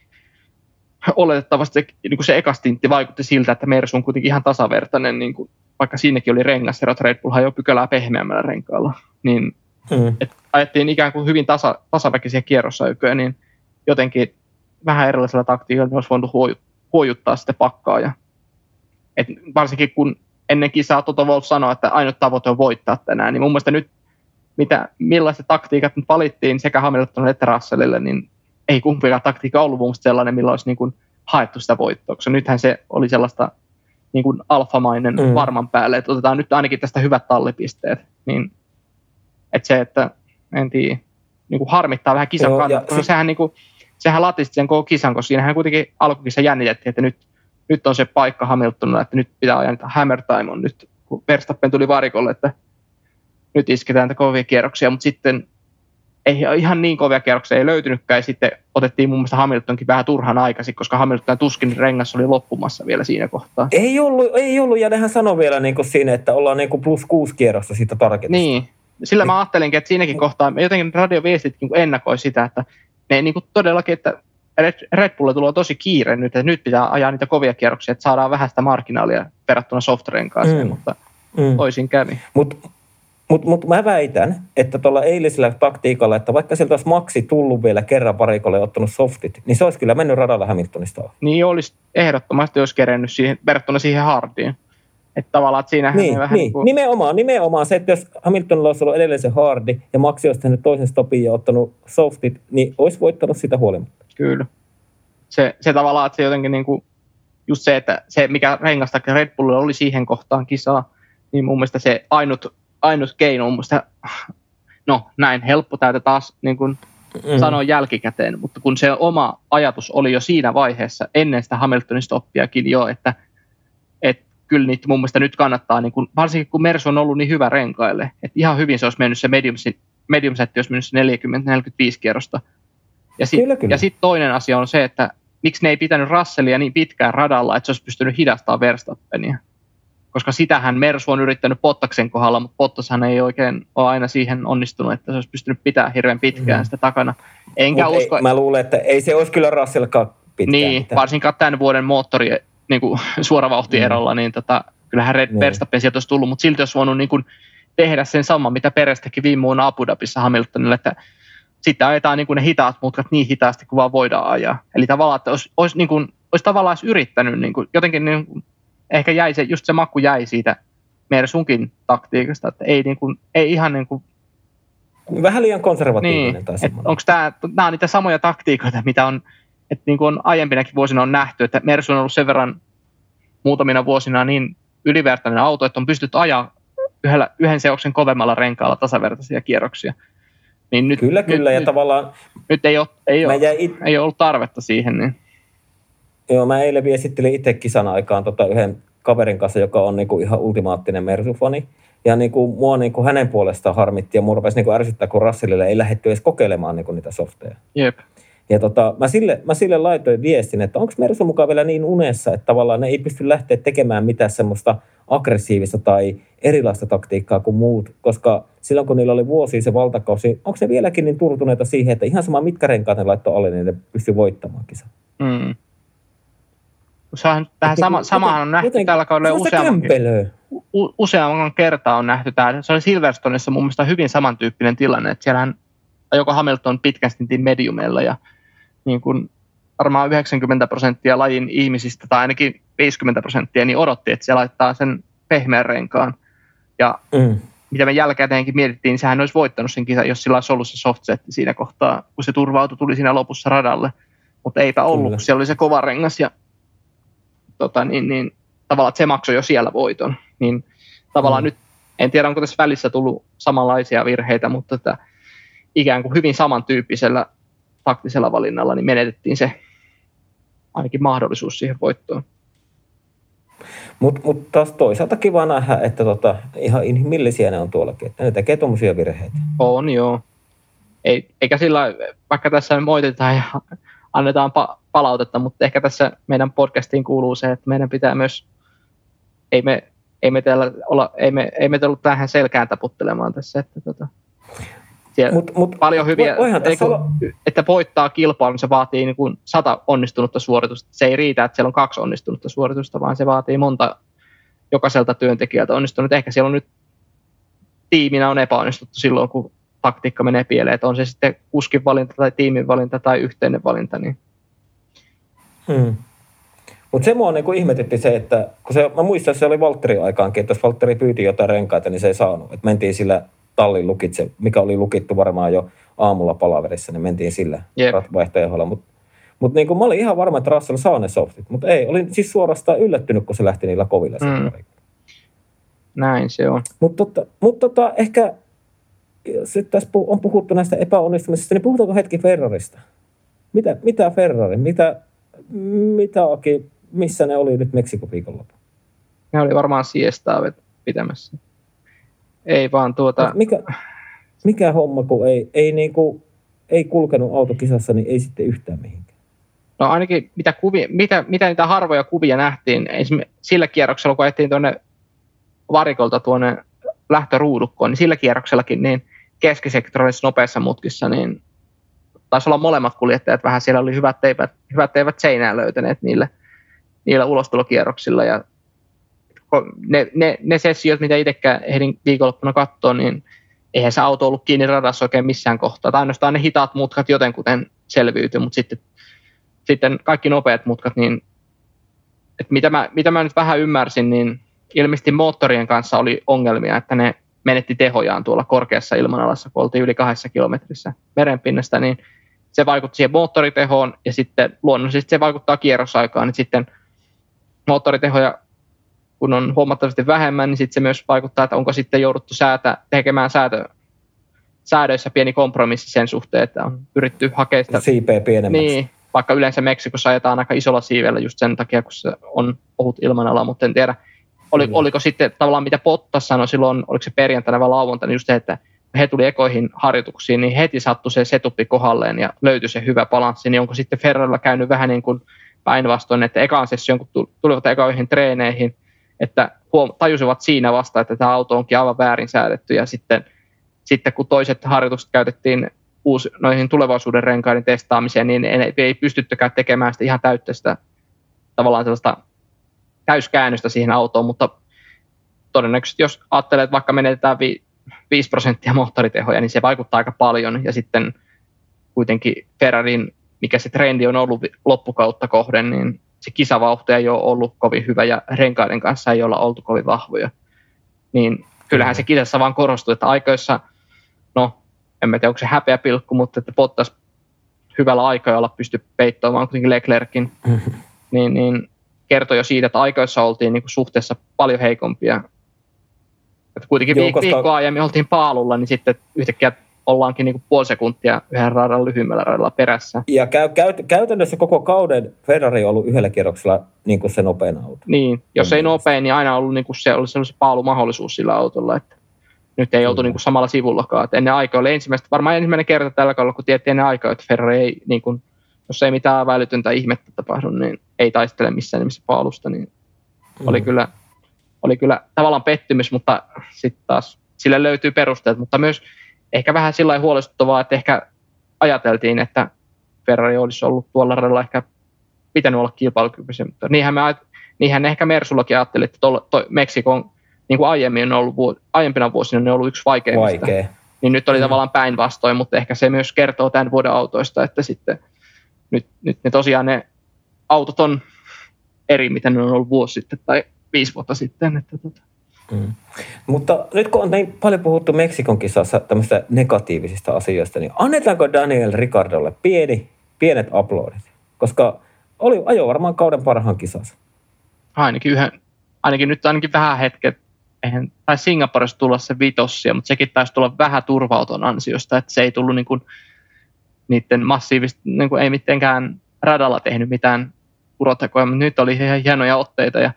Speaker 2: oletettavasti se, niin kuin se ekastintti vaikutti siltä, että Mersu on kuitenkin ihan tasavertainen, niin kuin, vaikka siinäkin oli rengaserot, Red Bullhan jo pykälää pehmeämmällä renkaalla, niin mm. et ajettiin ikään kuin hyvin tasa, tasaväkisiä kierrosaikoja, niin jotenkin vähän erilaisella taktiikalla olisi voinut huojuttaa sitten pakkaa. Ja, et varsinkin kun ennen kisaa Toto Wolff sanoi, että ainut tavoite on voittaa tänään, niin mun mielestä nyt, mitä, millaiset taktiikat nyt valittiin sekä Hamiltonille että Russellille, niin ei kumpikaan taktiikka ollut mun mielestä sellainen, millä olisi niin kuin haettu sitä voittoa. Koska nythän se oli sellaista niin kuin alfamainen mm. varman päälle, että otetaan nyt ainakin tästä hyvät tallipisteet. Niin, että se, että en tiedä, niin kuin harmittaa vähän kisan kannalta, koska se... sehän, niin kuin, sehän latisti sen koko kisan, koska siinähän kuitenkin alkukisa jännitettiin, että nyt, nyt on se paikka Hamiltonilla, että nyt pitää ajaa niitä hammer time on nyt, kun Verstappen tuli varikolle, että nyt isketään niitä kovia kierroksia, mutta sitten ei ihan niin kovia kierroksia ei löytynytkään, ja sitten otettiin mun mielestä Hamiltonkin vähän turhan aikaisin, koska Hamilton tuskin rengas oli loppumassa vielä siinä kohtaa.
Speaker 1: Ei ollut, ei ollut ja nehän sanoi vielä niin kuin siinä, että ollaan niin kuin plus kuusi kierrosta siitä targetista.
Speaker 2: Niin, sillä mä ajattelinkin, että siinäkin kohtaa, jotenkin radioviestitkin ennakoi sitä, että ne niin kuin todellakin, että Red Bulle tulee tosi kiire nyt, että nyt pitää ajaa niitä kovia kierroksia, että saadaan vähän sitä marginaalia verrattuna soft-renkaaseen, mm. mutta mm. toisin kävi.
Speaker 1: Mutta Mutta mut mä väitän, että tuolla eilisellä taktiikalla, että vaikka sieltä olisi Maxi tullut vielä kerran varikolle ja ottanut softit, niin se olisi kyllä mennyt radalla Hamiltonista ohi.
Speaker 2: Niin olisi ehdottomasti olisi kerennyt siihen, verrattuna siihen hardiin. Että tavallaan, että siinähän
Speaker 1: niin, vähän niin. Kuin... Nimenomaan, nimenomaan se, että jos Hamiltonilla olisi ollut edelleen se hardi ja Maxi olisi tehnyt toisen stopin ja ottanut softit, niin olisi voittanut sitä huolimatta.
Speaker 2: Kyllä. Se, se tavallaan, että se jotenkin niin kuin, just se, että se mikä rengasta Red Bullilla oli siihen kohtaan kisaa, niin mun mielestä se ainut ainut keino on musta, no näin helppo täytä taas niin kuin mm. sanoa jälkikäteen, mutta kun se oma ajatus oli jo siinä vaiheessa, ennen sitä Hamiltonin stoppiakin jo, että et kyllä niitä mun mielestä nyt kannattaa, niin kun, varsinkin kun Mersu on ollut niin hyvä renkaille, että ihan hyvin se olisi mennyt se medium, medium setti olisi mennyt se neljäkymmentä neljäkymmentäviisi kierrosta. Ja sitten sit toinen asia on se, että miksi ne ei pitänyt Russellia niin pitkään radalla, että se olisi pystynyt hidastamaan Verstappenia. Koska sitähän Mersu on yrittänyt Bottaksen kohdalla, mutta Bottashan ei oikein ole aina siihen onnistunut, että se olisi pystynyt pitämään hirveän pitkään mm. sitä takana. Enkä
Speaker 1: Mut
Speaker 2: usko...
Speaker 1: Ei, mä luulen, että ei se olisi kyllä Russellkaan pitkään.
Speaker 2: Niin, mitään. Varsinkaan tämän vuoden moottori niin kuin suoravauhtierolla, mm. niin tota, kyllähän Red mm. Verstappen sieltä olisi tullut, mutta silti olisi voinut niin kuin tehdä sen saman, mitä Perez teki viime vuonna Abu Dhabissa Hamiltonille, että sitten ajetaan niin kuin ne hitaat mutkat niin hitaasti kuin vaan voidaan ajaa. Eli tavallaan, että olisi, olisi, niin kuin, olisi tavallaan yrittänyt niin kuin, jotenkin... Niin kuin, ehkä jäi se, just se maku jäi siitä Mersunkin taktiikasta, että ei, niin kuin, ei ihan niin kuin...
Speaker 1: Vähän liian konservatiivinen
Speaker 2: niin,
Speaker 1: tai
Speaker 2: semmoinen. Onko tämä, nämä on niitä samoja taktiikoita, mitä on, että niin kuin on aiempinakin vuosina on nähty, että Mersu on ollut sen verran muutamina vuosina niin ylivertainen auto, että on pystytty ajaa yhdellä, yhden seoksen kovemmalla renkaalla tasavertaisia kierroksia. Niin nyt,
Speaker 1: kyllä, kyllä,
Speaker 2: nyt,
Speaker 1: ja
Speaker 2: nyt,
Speaker 1: tavallaan...
Speaker 2: Nyt ei ole, ei, ole,
Speaker 1: it...
Speaker 2: ei ole ollut tarvetta siihen, niin...
Speaker 1: Joo, mä eilen viestittelin itse kisan aikaan tota yhden kaverin kanssa, joka on niinku ihan ultimaattinen Mersu-fani. Ja niinku, mua niinku hänen puolestaan harmitti ja mua rupesi niinku ärsyttää, kun Russellille ei lähdetty edes kokeilemaan niinku niitä softeja.
Speaker 2: Jep.
Speaker 1: Ja tota, mä, sille, mä sille laitoin viestin, että onko Mersu mukaan vielä niin unessa, että tavallaan ne ei pysty lähteä tekemään mitään semmoista aggressiivista tai erilaista taktiikkaa kuin muut, koska silloin kun niillä oli vuosia se valtakausi, onko ne vieläkin niin turtuneita siihen, että ihan sama mitkä renkaat ne laittoi alle, niin ne pystyy voittamaan kisan.
Speaker 2: Mm. Tähän
Speaker 1: Joten-
Speaker 2: sama,
Speaker 1: joten-
Speaker 2: samahan on nähty
Speaker 1: joten-
Speaker 2: tällä kaudella
Speaker 1: se on sitä
Speaker 2: useammankin.
Speaker 1: kömpelöä.
Speaker 2: U- useamman kertaa on nähty tämä. Se oli Silverstoneissa mun mielestä hyvin samantyyppinen tilanne, että siellähän joko Hamilton pitkän stintin mediumilla ja niin kuin varmaan yhdeksänkymmentä prosenttia lajin ihmisistä tai ainakin viisikymmentä prosenttia niin odotti, että se laittaa sen pehmeän renkaan. Ja
Speaker 1: Mm.
Speaker 2: mitä me jälkikäteenkin mietittiin, niin sehän olisi voittanut sen kisan, jos sillä olisi ollut se softsetti siinä kohtaa, kun se turva-auto tuli siinä lopussa radalle. Mutta eipä ollut,
Speaker 1: Kyllä.
Speaker 2: kun siellä oli se kova rengas ja tota, niin, niin, tavallaan että se maksoi jo siellä voiton. Niin tavallaan
Speaker 1: Mm.
Speaker 2: nyt, en tiedä onko tässä välissä tullut samanlaisia virheitä, mutta että ikään kuin hyvin samantyyppisellä taktisella valinnalla niin menetettiin se ainakin mahdollisuus siihen voittoon.
Speaker 1: Mutta mut taas toisaalta kiva nähdä, että tota, ihan inhimillisiä ne on tuollakin, että ne tekee tuommoisia virheitä.
Speaker 2: On joo. Ei, eikä sillä, vaikka tässä moitetaan ja annetaan pa- palautetta, mutta ehkä tässä meidän podcastiin kuuluu se, että meidän pitää myös, ei me, ei me, täällä olla, ei me, ei me tullut tähän selkään taputtelemaan tässä, että tota, siellä
Speaker 1: Mut, mut,
Speaker 2: paljon hyviä,
Speaker 1: voihan
Speaker 2: ei,
Speaker 1: tässä
Speaker 2: kun,
Speaker 1: olla...
Speaker 2: että voittaa kilpailun, se vaatii niin kuin sata onnistunutta suoritusta. Se ei riitä, että siellä on kaksi onnistunutta suoritusta, vaan se vaatii monta jokaiselta työntekijältä onnistunut. Ehkä siellä on nyt tiiminä on epäonnistuttu silloin, kun taktiikka menee pieleen, että on se sitten kuskin valinta tai tiimin valinta tai yhteinen valinta. Niin.
Speaker 1: Hmm. Mutta se mua niinku ihmetytti se, että kun se, mä muistan, että se oli Valtterin aikaankin, että jos Valtteri pyyti jotain renkaita, niin se ei saanut. Et mentiin sillä tallin lukitse, mikä oli lukittu varmaan jo aamulla palaverissa, niin mentiin sillä
Speaker 2: Jep.
Speaker 1: vaihtoehdolla. Mutta mut niinku, mä olin ihan varma, että Russell saa ne softit, mutta ei, olin siis suorastaan yllättynyt, kun se lähti niillä kovilla.
Speaker 2: Mm. Näin se on.
Speaker 1: Mutta tota, mut tota, ehkä, sitten tässä on puhuttu näistä epäonnistumisista, niin puhutaanko hetki Ferrarista? Mitä, mitä Ferrari, mitä, mitä Aki, missä ne oli nyt Meksikon viikonloppu?
Speaker 2: Ne oli varmaan siestaa pitämässä. Ei vaan tuota...
Speaker 1: Mikä, mikä homma, kun ei, ei, niinku, ei kulkenut autokisassa, niin ei sitten yhtään mihinkään.
Speaker 2: No ainakin mitä, kuvia, mitä, mitä niitä harvoja kuvia nähtiin, esimerkiksi sillä kierroksella, kun ajettiin tuonne varikolta tuonne lähtöruudukkoon, niin sillä kierroksellakin niin keskisektorissa nopeassa mutkissa, niin taisi olla molemmat kuljettajat vähän, siellä oli hyvät teivät, hyvät teivät seinään löytäneet niillä, niillä ulostulokierroksilla. Ja ne, ne, ne sessiot, mitä itsekään ehdin viikonloppuna katsoa, niin eihän se auto ollut kiinni radassa oikein missään kohtaa. Tai ainoastaan ne hitaat mutkat jotenkuten selviytyi, mutta sitten, sitten kaikki nopeat mutkat, niin että mitä, mä, mitä mä nyt vähän ymmärsin, niin ilmeisesti moottorien kanssa oli ongelmia, että ne menetti tehojaan tuolla korkeassa ilmanalassa, kun oltiin yli kahdessa kilometrissä merenpinnasta, niin se vaikutti siihen moottoritehoon ja sitten luonnollisesti se vaikuttaa kierrosaikaan, niin sitten moottoritehoja kun on huomattavasti vähemmän, niin sitten se myös vaikuttaa, että onko sitten jouduttu säätä, tekemään säätö, säädöissä pieni kompromissi sen suhteen, että on pyritty hakemaan sitä.
Speaker 1: Siipeä pienemmäksi.
Speaker 2: Niin, vaikka yleensä Meksikossa ajetaan aika isolla siivellä just sen takia, kun se on ohut ilmanala, mutta en tiedä, oli, oliko sitten tavallaan mitä Bottas sanoi silloin, oliko se perjantaina vai lauantaina, just se, että he tuli ekoihin harjoituksiin, niin heti sattui se setuppi kohdalleen ja löytyi se hyvä balanssi, niin onko sitten Ferrarilla käynyt vähän niin kuin päinvastoin, että ekaan sessioon, kun tulivat ekoihin treeneihin, että huom- tajusivat siinä vasta, että tämä auto onkin aivan väärin säädetty, ja sitten, sitten kun toiset harjoitukset käytettiin uusi, noihin tulevaisuuden renkaiden testaamiseen, niin ei, ei pystyttykään tekemään sitä ihan täyttä sitä tavallaan sellaista täyskäännöstä siihen autoon, mutta todennäköisesti jos ajattelee, että vaikka menetetään vi- viisi prosenttia moottoritehoja, niin se vaikuttaa aika paljon, ja sitten kuitenkin Ferrarin, mikä se trendi on ollut loppukautta kohden, niin se kisavauhti ei ole ollut kovin hyvä, ja renkaiden kanssa ei olla oltu kovin vahvoja. Niin kyllähän se kisassa vaan korostuu, että aikoissa, no en tiedä onko se häpeä pilkku, mutta että Bottas hyvällä aikaa pystyy peittoamaan kuitenkin Leclerkin, mm-hmm. niin, niin kertoi jo siitä, että aikoissa oltiin niin kuin suhteessa paljon heikompia. Että kuitenkin Joo, viik- koska... viikkoa aiemmin oltiin paalulla, niin sitten yhtäkkiä ollaankin niin kuin puoli sekuntia yhden radan lyhyemmällä radalla perässä.
Speaker 1: Ja käy, käy, käytännössä koko kauden Ferrari on ollut yhdellä kierroksella niin kuin se nopein auto.
Speaker 2: Niin, jos ei nopein, niin aina on ollut niin kuin se, ollut se paalumahdollisuus sillä autolla, että nyt ei oltu niin kuin samalla sivullakaan. Että ennen aikaa oli ensimmäistä, varmaan ensimmäinen kerta tällä kaudella, kun tiedettiin ennen aikaa, että Ferrari ei, niin kuin, jos ei mitään välytöntä ihmettä tapahdu, niin ei taistele missään nimessä paalusta. Niin mm. oli, kyllä, oli kyllä tavallaan pettymys, mutta sitten taas sille löytyy perusteet, mutta myös ehkä vähän sillä huolestuttavaa, että ehkä ajateltiin, että Ferrari olisi ollut tuolla radalla ehkä pitänyt olla kilpailukykyisiä, mutta niinhän, me, niinhän ehkä Mersullakin ajatteli, että to, to, Meksikon niin kuin aiemmin on ollut, aiempina vuosina ne on ollut yksi vaikeimmista.
Speaker 1: Vaikea.
Speaker 2: Niin nyt oli
Speaker 1: mm.
Speaker 2: tavallaan päinvastoin, mutta ehkä se myös kertoo tämän vuoden autoista, että sitten nyt, nyt ne tosiaan ne autot on eri, mitä ne on ollut vuosi sitten tai viisi vuotta sitten. Että tota.
Speaker 1: mm. Mutta nyt kun on niin paljon puhuttu Meksikon kisassa tämmöistä negatiivisista asioista, niin annetaanko Daniel Ricciardolle pieni, pienet aplodit? Koska oli ajo varmaan kauden parhaan kisassa.
Speaker 2: Ainakin, yhden, ainakin nyt ainakin vähän hetket. Eihän, tai Singaporessa tulla se vitossia, mutta sekin taisi tulla vähän turva-auton ansiosta, että se ei tullut niin kuin, niiden massiivista, niin kuin ei mitenkään radalla tehnyt mitään purotekoja, mutta nyt oli ihan hienoja otteita ja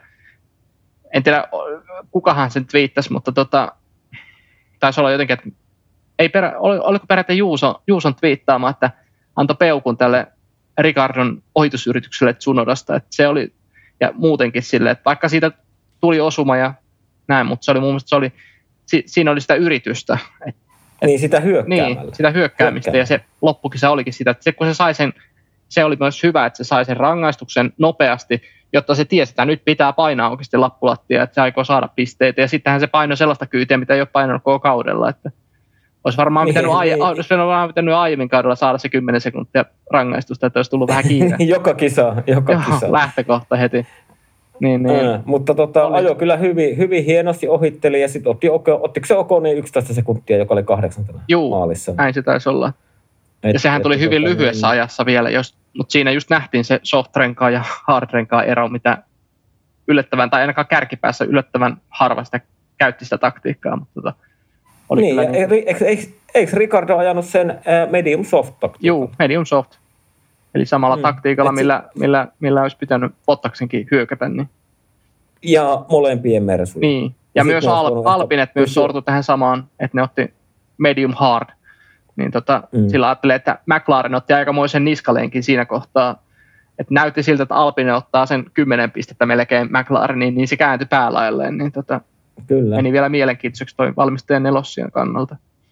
Speaker 2: en tiedä kukahan sen twiittasi, mutta tota, taisi olla jotenkin, että ei perä, oliko perätä Juuson, Juuson twiittaama, että antoi peukun tälle Ricciardon ohitusyritykselle Tsunodasta, että se oli, ja muutenkin silleen, että vaikka siitä tuli osuma ja näin, mutta se oli mun mielestä, se oli, si, siinä oli sitä yritystä. Et,
Speaker 1: niin, sitä hyökkäämällä.
Speaker 2: Niin, sitä hyökkäämistä, Hyökkäämä. Ja se loppukisa olikin sitä, että se, kun se sai sen, se oli myös hyvä, että se sai sen rangaistuksen nopeasti, jotta se tiesi, että nyt pitää painaa oikeasti lappulattia, että se aikoo saada pisteitä, ja sittenhän se painoi sellaista kyytiä, mitä ei ole painanut koko kaudella, että olisi varmaan niin, pitänyt, niin. Ai, olisi varmaan pitänyt aiemmin kaudella saada se kymmenen sekuntia rangaistusta, että olisi tullut vähän kiire.
Speaker 1: joka kisa, joka
Speaker 2: Joo,
Speaker 1: kisa.
Speaker 2: Lähtökohta heti. Niin, niin.
Speaker 1: Ää, mutta tota, ajo kyllä hyvin, hyvin hienosti ohitteli ja sitten otti, ottiko se Okonin yksitoista sekuntia, joka oli kahdeksantena
Speaker 2: Juu,
Speaker 1: maalissa.
Speaker 2: näin se taisi olla. Et, ja sehän tuli et, hyvin tota, lyhyessä niin, ajassa vielä, jos, mutta siinä just nähtiin se soft-renkaan ja hard-renkaan ero, mitä yllättävän, tai ainakaan kärkipäässä yllättävän harva sitä käytti sitä taktiikkaa. Mutta tota, oli
Speaker 1: niin, ja
Speaker 2: niin,
Speaker 1: eikö, eikö, eikö Ricciardo ajanut sen äh, medium soft taktiikalla?
Speaker 2: Juu, medium soft. Eli samalla mm. taktiikalla, millä, millä, millä olisi pitänyt Bottaksenkin hyökätä. Niin.
Speaker 1: Ja molempien Mersuja.
Speaker 2: Niin, ja, ja myös Al- Alpinet myös sortui tähän samaan, että ne otti medium hard. Niin tota, mm. sillä ajattelee, että McLaren otti aikamoisen niskalenkin siinä kohtaa. Että näytti siltä, että Alpine ottaa sen kymmenen pistettä melkein McLareniin, niin se kääntyi päälailleen. Niin tota,
Speaker 1: Kyllä.
Speaker 2: Meni vielä mielenkiintoiseksi toi valmistajan nelossian kannalta.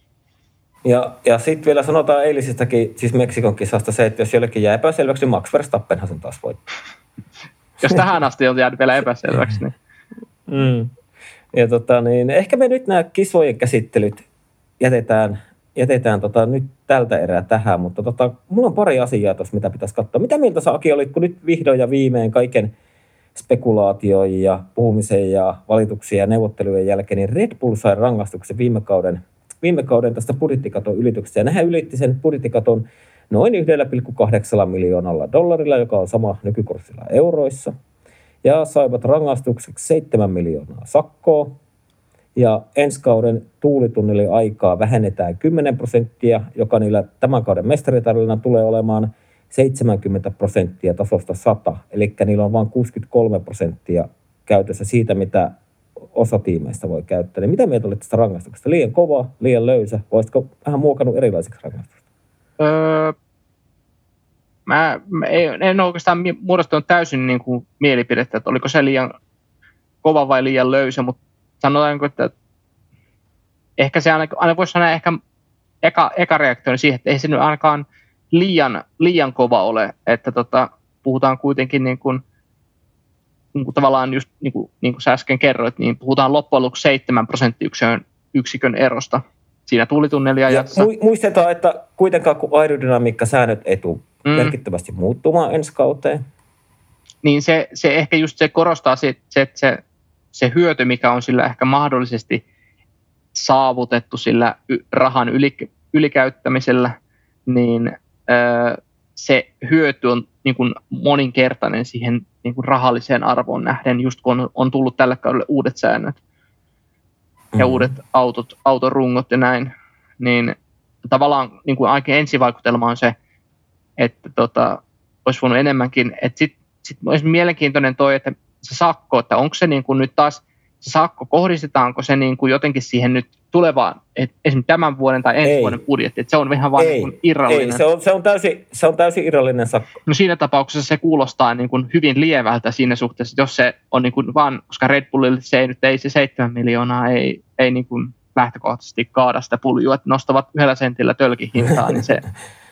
Speaker 1: Ja, ja sitten vielä sanotaan eilisistäkin, siis Meksikon kisasta se, että jos jollekin jää epäselväksi, niin Max Verstappenhan sen taas voitti.
Speaker 2: Jos tähän asti on jäänyt vielä epäselväksi, niin...
Speaker 1: Mm. Ja tota, niin ehkä me nyt nämä kisojen käsittelyt jätetään, jätetään tota, nyt tältä erää tähän, mutta tota, mulla on pari asiaa tuossa, mitä pitäisi katsoa. Mitä mieltä sä, Aki, olit, kun nyt vihdoin ja viimein kaiken spekulaatioon ja puhumisen ja valituksia ja neuvottelujen jälkeen, niin Red Bull sai rangaistuksen viime kauden, viime kauden tästä budjettikaton ylityksestä. Ja nehän ylitti sen budjettikaton noin yksi pilkku kahdeksan miljoonalla dollarilla, joka on sama nykykurssilla euroissa. Ja saivat rangaistukseksi seitsemän miljoonaa sakkoa. Ja ensi kauden tuulitunneliaikaa vähennetään kymmenen prosenttia, joka niillä tämän kauden mestaritarjalla tulee olemaan seitsemänkymmentä prosenttia tasosta sata. Eli niillä on vain kuusikymmentäkolme prosenttia käytössä siitä, mitä osa tiimeistä voi käyttää. Niin mitä mieltä olit tästä rangaistuksesta? Liian kova, liian löysä? Voisitko vähän muokannut erilaisiksi rangaistuksista?
Speaker 2: Öö, mä, mä en, en oikeastaan muodostunut täysin niin kuin mielipidettä, että oliko se liian kova vai liian löysä, mutta sanotaanko, että ehkä se aina, aina voisi sanoa ehkä eka, eka reaktio siihen, että ei se nyt ainakaan liian, liian kova ole, että tota, puhutaan kuitenkin niin kuin, niin kuin tavallaan just niin kuin, niin kuin sä äsken kerroit, niin puhutaan loppujen lopuksi seitsemän prosenttiyksikön yksikön erosta siinä tuulitunneliajassa. Ja
Speaker 1: muistetaan, että kuitenkaan kun aerodynamiikkasäännöt ei tule mm. merkittävästi muuttumaan ensi kauteen.
Speaker 2: Niin se, se ehkä just se korostaa se, se, se, se hyöty, mikä on sillä ehkä mahdollisesti saavutettu sillä rahan yli, ylikäyttämisellä, niin öö, se hyöty on niin kuin moninkertainen siihen niin kuin rahalliseen arvoon nähden, just kun on, on tullut tälle kaudelle uudet säännöt mm. ja uudet autot, autorungot ja näin, niin tavallaan niin kuin aika ensivaikutelma on se, että tota, olisi voinut enemmänkin, että sitten sit olisi mielenkiintoinen toi, että se sakko, että onko se niin kuin nyt taas, se sakko, kohdistetaanko se niin kuin jotenkin siihen nyt tulevaan, että esimerkiksi tämän vuoden tai ensi ei. vuoden budjetti, että se on ihan vain niin irrallinen.
Speaker 1: Ei, se on, se on, täysin, se on täysin irrallinen sakko.
Speaker 2: No siinä tapauksessa se kuulostaa niin kuin hyvin lievältä siinä suhteessa, jos se on niin kuin vaan, koska Red Bullille se ei nyt, ei se seitsemän miljoonaa, ei, ei niin kuin lähtökohtaisesti kaada sitä puljua, että nostavat yhdellä sentillä tölkin hintaa, niin se,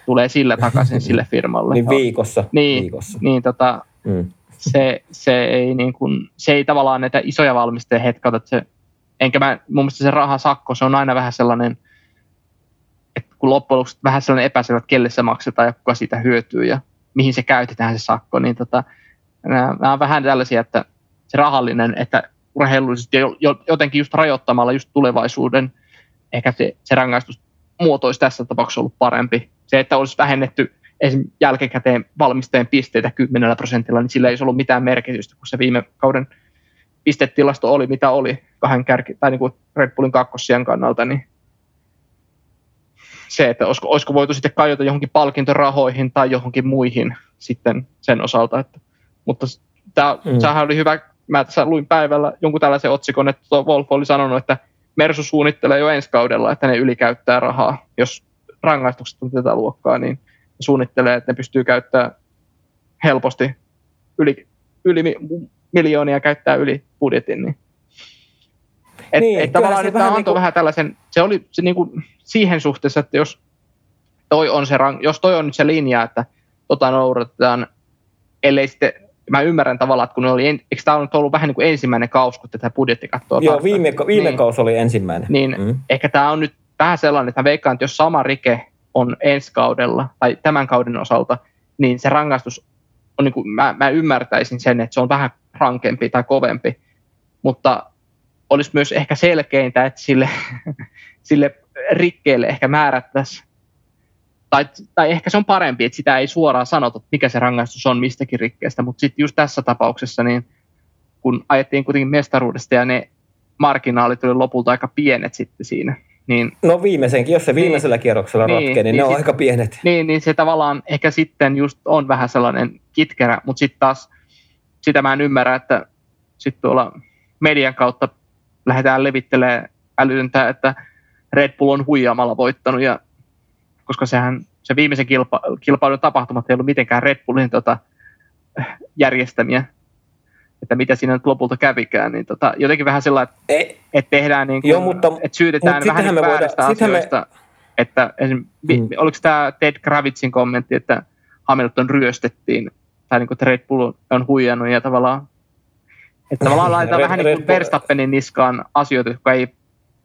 Speaker 2: tulee sillä takaisin sille firmalle.
Speaker 1: Niin viikossa.
Speaker 2: Niin,
Speaker 1: viikossa.
Speaker 2: niin tota, mm. se, se, ei niin kuin, se ei tavallaan näitä isoja valmistajia hetkauta, että se, enkä mä, mun mielestä se rahasakko, se on aina vähän sellainen, että kun loppujen lopuksi vähän sellainen epäselvä, että kelle se maksetaan ja kuka siitä hyötyy ja mihin se käytetään se sakko, niin tota, nämä, nämä on vähän tällaisia, että se rahallinen, että urheilullisesti jotenkin just rajoittamalla just tulevaisuuden, ehkä se, se rangaistusmuoto olisi tässä tapauksessa ollut parempi. Se, että olisi vähennetty esimerkiksi jälkikäteen valmisteen pisteitä kymmenellä prosentilla, niin sillä ei olisi ollut mitään merkitystä, kun se viime kauden pistetilasto oli, mitä oli kahden kärki, tai niin kuin Red Bullin kakkossijan kannalta, niin se, että olisiko, olisiko voitu sitten kajota johonkin palkintorahoihin tai johonkin muihin sitten sen osalta. Että, mutta tämä, mm. sehän oli hyvä, mä tässä luin päivällä jonkun tällaisen otsikon, että Wolf oli sanonut, että Mersu suunnittelee jo ensi kaudella, että ne ylikäyttää rahaa. Jos rangaistukset on tätä luokkaa, niin suunnittelee, että ne pystyy käyttämään helposti yli, yli miljoonia käyttää yli budjetin. Niin. Et, niin, et tavallaan nyt tämä antoi niinku vähän tällaisen, se oli se niinku siihen suhteessa, että jos toi on se, jos toi on nyt se linja, että tota noudatetaan, ellei sitten, mä ymmärrän tavallaan, että kun ne oli, eikö tämä on ollut vähän niin kuin ensimmäinen kausi, kun tätä budjettikattoa
Speaker 1: Joo, tarkoittaa. viime, viime niin, kausi oli ensimmäinen.
Speaker 2: Niin, mm. ehkä tämä on nyt vähän sellainen, että mä veikkaan, että jos sama rike on ensi kaudella, tai tämän kauden osalta, niin se rangaistus on niin kuin, mä, mä ymmärtäisin sen, että se on vähän rankempi tai kovempi, mutta olisi myös ehkä selkeintä, että sille, sille rikkeelle ehkä määrättäisiin, tai, tai ehkä se on parempi, että sitä ei suoraan sanota, mikä se rangaistus on mistäkin rikkeestä, mutta sitten just tässä tapauksessa, niin kun ajettiin kuitenkin mestaruudesta ja ne marginaalit oli lopulta aika pienet sitten siinä. Niin,
Speaker 1: no viimeisenkin, jos se viimeisellä niin, kierroksella niin, ratkee, niin, niin ne on sit, aika pienet.
Speaker 2: Niin, niin se tavallaan ehkä sitten just on vähän sellainen kitkerä, mutta sitten taas sitä mä en ymmärrä, että sitten tuolla median kautta lähdetään levittelemään älytöntä, että Red Bull on huijaamalla voittanut, ja, koska sehän, se viimeisen kilpa, kilpailun tapahtumat ei ollut mitenkään Red Bullin tota, järjestämiä, että mitä siinä nyt lopulta kävikään, niin tota, jotenkin vähän sellainen, että et tehdään niin kuin, Joo, mutta, että syytetään mutta vähän niin vääristä asioista, me... että esim, hmm. oliko tämä Ted Kravitzin kommentti, että Hamilton ryöstettiin, tai niin kuin, että Red Bull on huijannut, ja tavallaan että tavallaan laitetaan vähän niin kuin Verstappenin niskaan asioita, jotka ei,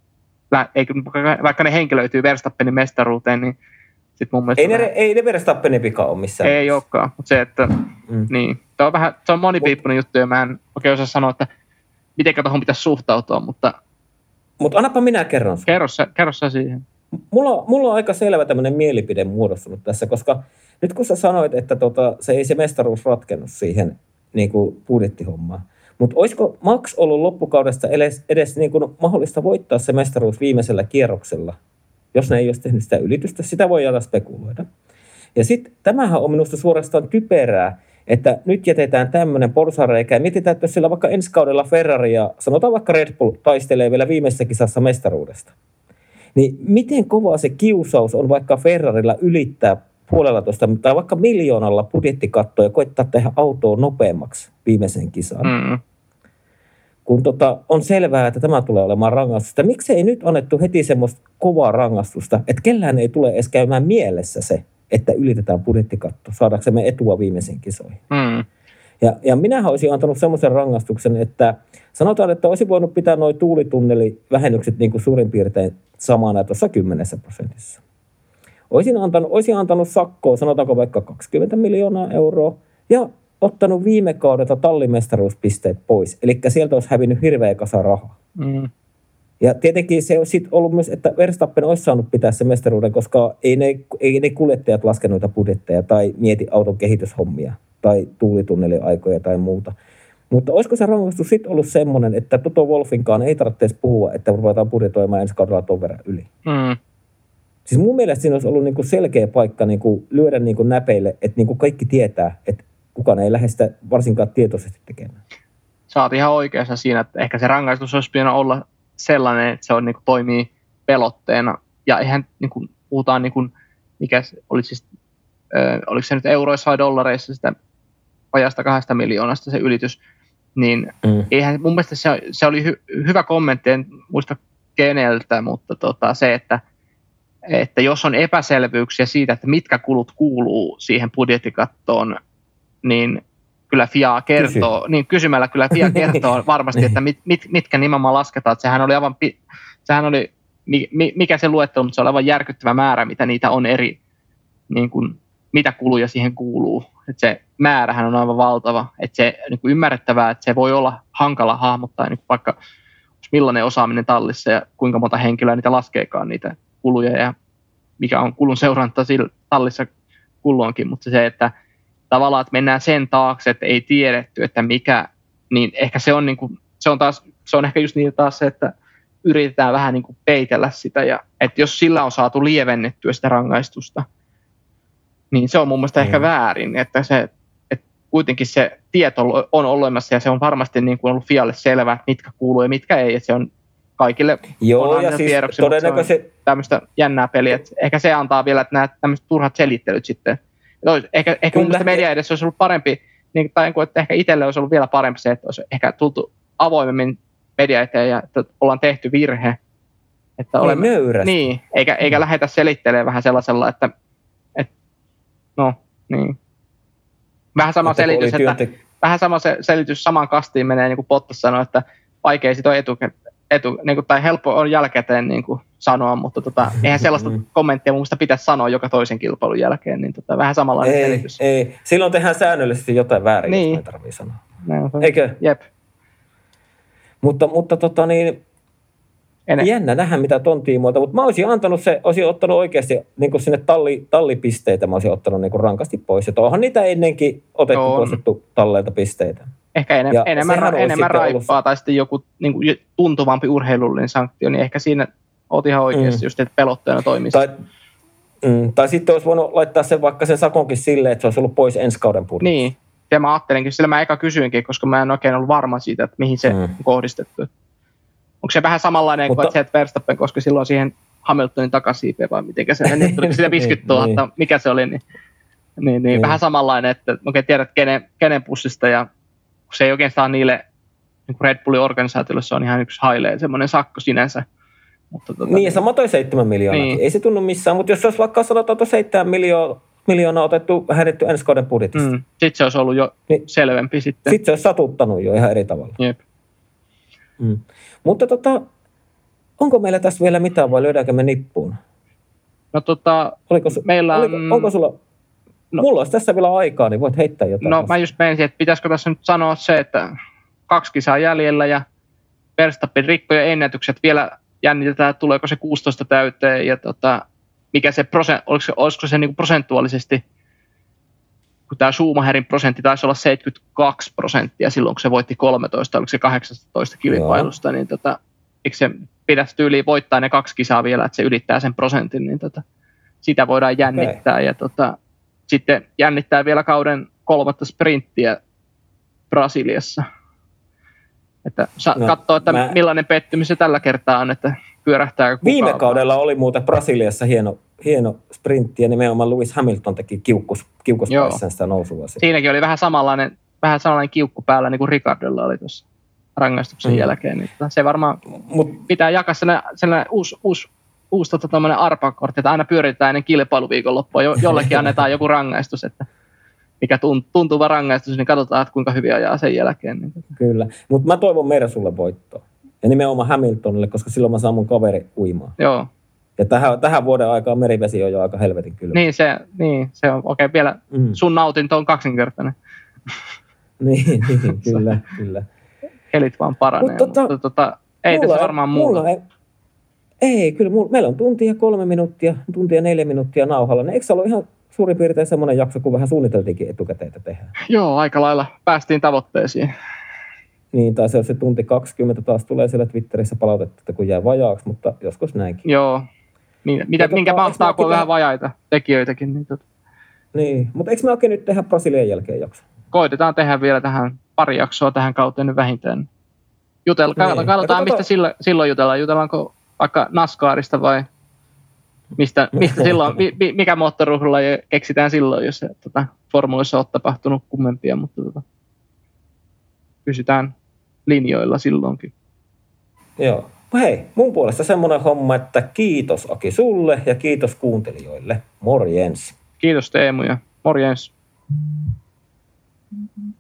Speaker 2: vaikka ne henkilöityy Verstappenin mestaruuteen, niin sitten mun mielestä...
Speaker 1: Ei ne, ei ne Verstappenin vika ole missään.
Speaker 2: Ei olekaan, mutta se, että mm. niin, se on vähän, se on monipiippunen juttu, ja mä en oikein osaa sanoa, että mitenkä tuohon pitäisi suhtautua, mutta...
Speaker 1: Mutta annapa minä kerron.
Speaker 2: Kerro sä, kerro sä siihen.
Speaker 1: Mulla, mulla on aika selvä tämmöinen mielipide muodostunut tässä, koska nyt kun sä sanoit, että tota, se ei se mestaruus ratkennut siihen niin kuin budjettihommaan, mutta olisiko Max ollut loppukaudesta edes, edes niin kuin mahdollista voittaa se mestaruus viimeisellä kierroksella, jos ne ei olisi tehnyt sitä ylitystä? Sitä voi jäädä spekuloida. Ja sitten tämähän on minusta suorastaan typerää, että nyt jätetään tämmöinen porsareikä ja mietitään, että jos siellä vaikka ensi kaudella Ferrari ja sanotaan vaikka Red Bull taistelee vielä viimeisessä kisassa mestaruudesta, niin miten kova se kiusaus on vaikka Ferrarilla ylittää puolella tuosta tai vaikka miljoonalla budjettikattoa ja koittaa tehdä autoa nopeammaksi viimeiseen kisaan. Mm. Kun tota, on selvää, että tämä tulee olemaan rangaistusta. Miksi ei nyt annettu heti semmoista kovaa rangaistusta, että kellään ei tule edes käymään mielessä se, että ylitetään budjettikatto, saadaksemme etua viimeisiin kisoihin. Mm. Ja, ja minähän olisin antanut semmoisen rangaistuksen, että sanotaan, että olisi voinut pitää nuo tuulitunnelivähennykset niin kuin suurin piirtein samana tuossa kymmenessä prosentissa. Olisin antanut, olisin antanut sakkoa, sanotaanko vaikka kaksikymmentä miljoonaa euroa, ja ottanut viime kaudelta tallimestaruuspisteet pois. Eli sieltä olisi hävinnyt hirveä kasa rahaa. Mm. Ja tietenkin se olisi ollut myös, että Verstappen olisi saanut pitää se mestaruuden, koska ei ne, ei ne kuljettajat laske noita budjetteja tai mieti auton kehityshommia tai tuulitunneliaikoja tai muuta. Mutta olisiko se rangaistus sitten ollut semmoinen, että Toto Wolffinkaan ei tarvitse puhua, että ruvetaan budjetoimaan ensi kaudella ton verran yli. Mm. Siis mun mielestä siinä olisi ollut niinku selkeä paikka niinku lyödä niinku näpeille, että niinku kaikki tietää, että kukaan ei lähde sitä varsinkaan tietoisesti tekemään.
Speaker 2: Sä oot ihan oikeassa siinä, että ehkä se rangaistus olisi pitänyt olla sellainen, että se on, niinku, toimii pelotteena. Ja eihän niinku, puhutaan, niinku, mikä oli siis, äh, oliko se nyt euroissa vai dollareissa sitä vajasta kahdesta miljoonasta se ylitys, niin mm. eihän, mun mielestä se, se oli hy, hyvä kommentti, en muista keneltä, mutta tota, se, että että jos on epäselvyyksiä siitä, että mitkä kulut kuuluu siihen budjettikattoon, niin kyllä F I A kertoo, Kysy. niin kysymällä kyllä F I A kertoo varmasti, että mit, mit, mitkä nimenomaan lasketaan. Että sehän oli aivan, sehän oli, mikä se luettelo, mutta se oli aivan järkyttävä määrä, mitä niitä on eri, niin kuin, mitä kuluja siihen kuuluu. Että se määrähän on aivan valtava, että se niin kuin ymmärrettävää, että se voi olla hankala hahmottaa, niin vaikka millainen osaaminen tallissa ja kuinka monta henkilöä niitä laskeekaan niitä kuluja ja mikä on kulun seuranta tallissa kulloinkin, mutta se, että tavallaan, että mennään sen taakse, että ei tiedetty, että mikä, niin ehkä se on, niin kuin, se on, taas, se on ehkä just niin taas se, että yritetään vähän niin kuin peitellä sitä, ja että jos sillä on saatu lievennettyä sitä rangaistusta, niin se on mun mielestä mm. ehkä väärin, että se, että kuitenkin se tieto on olemassa, ja se on varmasti niin kuin ollut F I Alle selvää, että mitkä kuuluu ja mitkä ei, että se on kaikille
Speaker 1: Joo, ja siis tiedoksi, todennäköisesti
Speaker 2: tämmöistä jännää peliä, että ehkä se antaa vielä, että nämä tämmöiset turhat selittelyt sitten. Olisi, ehkä ehkä mun mielestä media edessä olisi ollut parempi, niin, tai että ehkä itselle olisi ollut vielä parempi se, että olisi ehkä tultu avoimemmin media eteen ja että ollaan tehty virhe. Että olemme, niin, eikä, eikä mm. lähdetä selittelemään vähän sellaisella, että, että no, niin. Vähän sama että selitys, että työntek- vähän sama se selitys samaan kastiin menee, niin kuin Bottas sanoi, että vaikea sit on etukäteen. Etu, niin kuin, tai helppo on jälkikäteen niin kuin sanoa, mutta tota, eihän sellaista kommenttia mun mielestä pitäisi sanoa joka toisen kilpailun jälkeen, niin tota, vähän samanlainen
Speaker 1: ei,
Speaker 2: selitys.
Speaker 1: Ei, silloin tehdään säännöllisesti jotain väärin, niin. Jos me tarvii sanoa.
Speaker 2: No,
Speaker 1: eikö?
Speaker 2: Jep.
Speaker 1: Mutta, mutta tota niin, Ene. jännä nähdä mitä ton tiimoilta, mutta mä olisin antanut se, olisin ottanut oikeasti niin kuin sinne talli, tallipisteitä, mä olisin ottanut niin kuin rankasti pois, että onhan niitä ennenkin otettu on. poistettu talleilta pisteitä.
Speaker 2: Ehkä enem, enemmän, ra, enemmän raippaa ollut tai sitten joku niin kuin tuntuvampi urheilullinen sanktio, niin ehkä siinä oot ihan oikeasti mm. just, että pelotteena toimisi. Tai,
Speaker 1: mm, tai sitten olisi voinut laittaa sen vaikka sen sakonkin silleen, että se olisi ollut pois ensi kauden budjetista.
Speaker 2: Niin, ja mä ajattelinkin, sillä mä eka kysyinkin, koska mä en oikein ollut varma siitä, että mihin se mm. on kohdistettu. Onko se vähän samanlainen Mutta, kuin se, että Verstappen, koska silloin siihen Hamiltonin takasiipeen vai mitenkä se meni, tuliko sitä viisikymmentätuhatta, niin. mikä se oli, niin, niin, niin, niin. vähän samanlainen, että oikein tiedät kenen, kenen pussista ja kun se ei oikeastaan niille niin Red Bullin organisaatiolle, se on ihan yksi hailee, semmoinen sakko sinänsä. Mutta, tota,
Speaker 1: niin, ja sama toi seitsemän miljoonaa. Niin. Ei se tunnu missään, mutta jos se olisi vaikka sanotaan seitsemän miljoonaa, miljoonaa otettu, hädetty ensi kauden budjetista. Mm.
Speaker 2: Sitten se olisi ollut jo niin. selvempi sitten.
Speaker 1: Sitten se olisi satuttanut jo ihan eri tavalla.
Speaker 2: Jep.
Speaker 1: Mm. Mutta tota, onko meillä tässä vielä mitään vai lyödäänkö me nippuun?
Speaker 2: No tota,
Speaker 1: oliko su-
Speaker 2: meillä on...
Speaker 1: Oliko, onko sulla... No, mulla olisi tässä vielä aikaa, niin voit heittää jotain.
Speaker 2: No
Speaker 1: tässä.
Speaker 2: mä just menisin, että pitäisikö tässä nyt sanoa se, että kaksi kisaa jäljellä ja Verstappen rikkoja ennätykset vielä jännitetään, että tuleeko se kuusitoista täyteen ja tota, mikä se prosent, olisiko se, olisiko se niin kuin prosentuaalisesti, kun tämä Schumacherin prosentti taisi olla seitsemänkymmentäkaksi prosenttia silloin, kun se voitti kolmetoista, oliko se kahdeksantoista kilpailusta, niin tota, eikö se pitäisi tyyliin voittaa ne kaksi kisaa vielä, että se ylittää sen prosentin, niin tota, sitä voidaan jännittää okay. ja tota, sitten jännittää vielä kauden kolmatta sprinttiä Brasiliassa. Että no, katsoo, että mä... millainen pettymys se tällä kertaa on, että pyörähtää kukaan.
Speaker 1: Viime kaudella oli muuten Brasiliassa hieno, hieno sprintti ja nimenomaan Lewis Hamilton teki kiukkus, kiukkuspäissään sitä nousua.
Speaker 2: Siinäkin oli vähän samanlainen, vähän samanlainen kiukku päällä, niin kuin Ricardolla oli tuossa rangaistuksen mm. jälkeen. Niin se varmaan Mut... pitää jakaa sellainen, sellainen uusi, uusi uusi tota, arpakortti, että aina pyöritetään ennen kilpailuviikonloppua, jo, jollekin annetaan joku rangaistus, että mikä tuntuva rangaistus, niin katsotaan, että kuinka hyvin ajaa sen jälkeen. Niin.
Speaker 1: Kyllä, mutta mä toivon Mersulle voittoa. Ja nimenomaan Hamiltonille, koska silloin mä saan mun kaveri uimaan.
Speaker 2: Joo.
Speaker 1: Ja tähän, tähän vuoden aikaan merivesi on jo aika helvetin kylmä.
Speaker 2: Niin se, niin, se on okei, okay, vielä mm. sun nautinto on kaksinkertainen.
Speaker 1: niin, niin, kyllä, kyllä.
Speaker 2: Helit vaan paranee, Mut, tota, mutta tota, ei tässä varmaan muuta.
Speaker 1: Ei, ei, kyllä mulla, meillä on tuntia kolme minuuttia, tuntia neljä minuuttia nauhalla. Niin eikö se ollut ihan suurin piirtein semmoinen jakso, kun vähän suunniteltiinkin etukäteen, että tehdään?
Speaker 2: Joo, aika lailla päästiin tavoitteisiin.
Speaker 1: Niin, tai se on se tunti kaksikymmentä, taas tulee siellä Twitterissä palautetta, että kun jää vajaaksi, mutta joskus näinkin.
Speaker 2: Joo, niin, mitä, minkä tota, mahtaa, kun on vähän vajaita tekijöitäkin. Niin, tot...
Speaker 1: niin, mutta eikö me oikein nyt tehdä Brasilian jälkeen jakso?
Speaker 2: Koitetaan tehdä vielä tähän pari jaksoa tähän kauteen nyt vähintään. Jutella, niin. Katsotaan, mistä silloin, silloin jutellaan. Jutellaanko vaikka NASCARista vai mistä, mistä silloin, mikä moottoriurheilu keksitään silloin, jos se tota, formuloissa on tapahtunut kummempia, mutta tota, pysytään linjoilla silloinkin.
Speaker 1: Joo, Hei, mun puolesta semmoinen homma, että kiitos Aki sulle ja kiitos kuuntelijoille. Morjens.
Speaker 2: Kiitos Teemu ja morjens.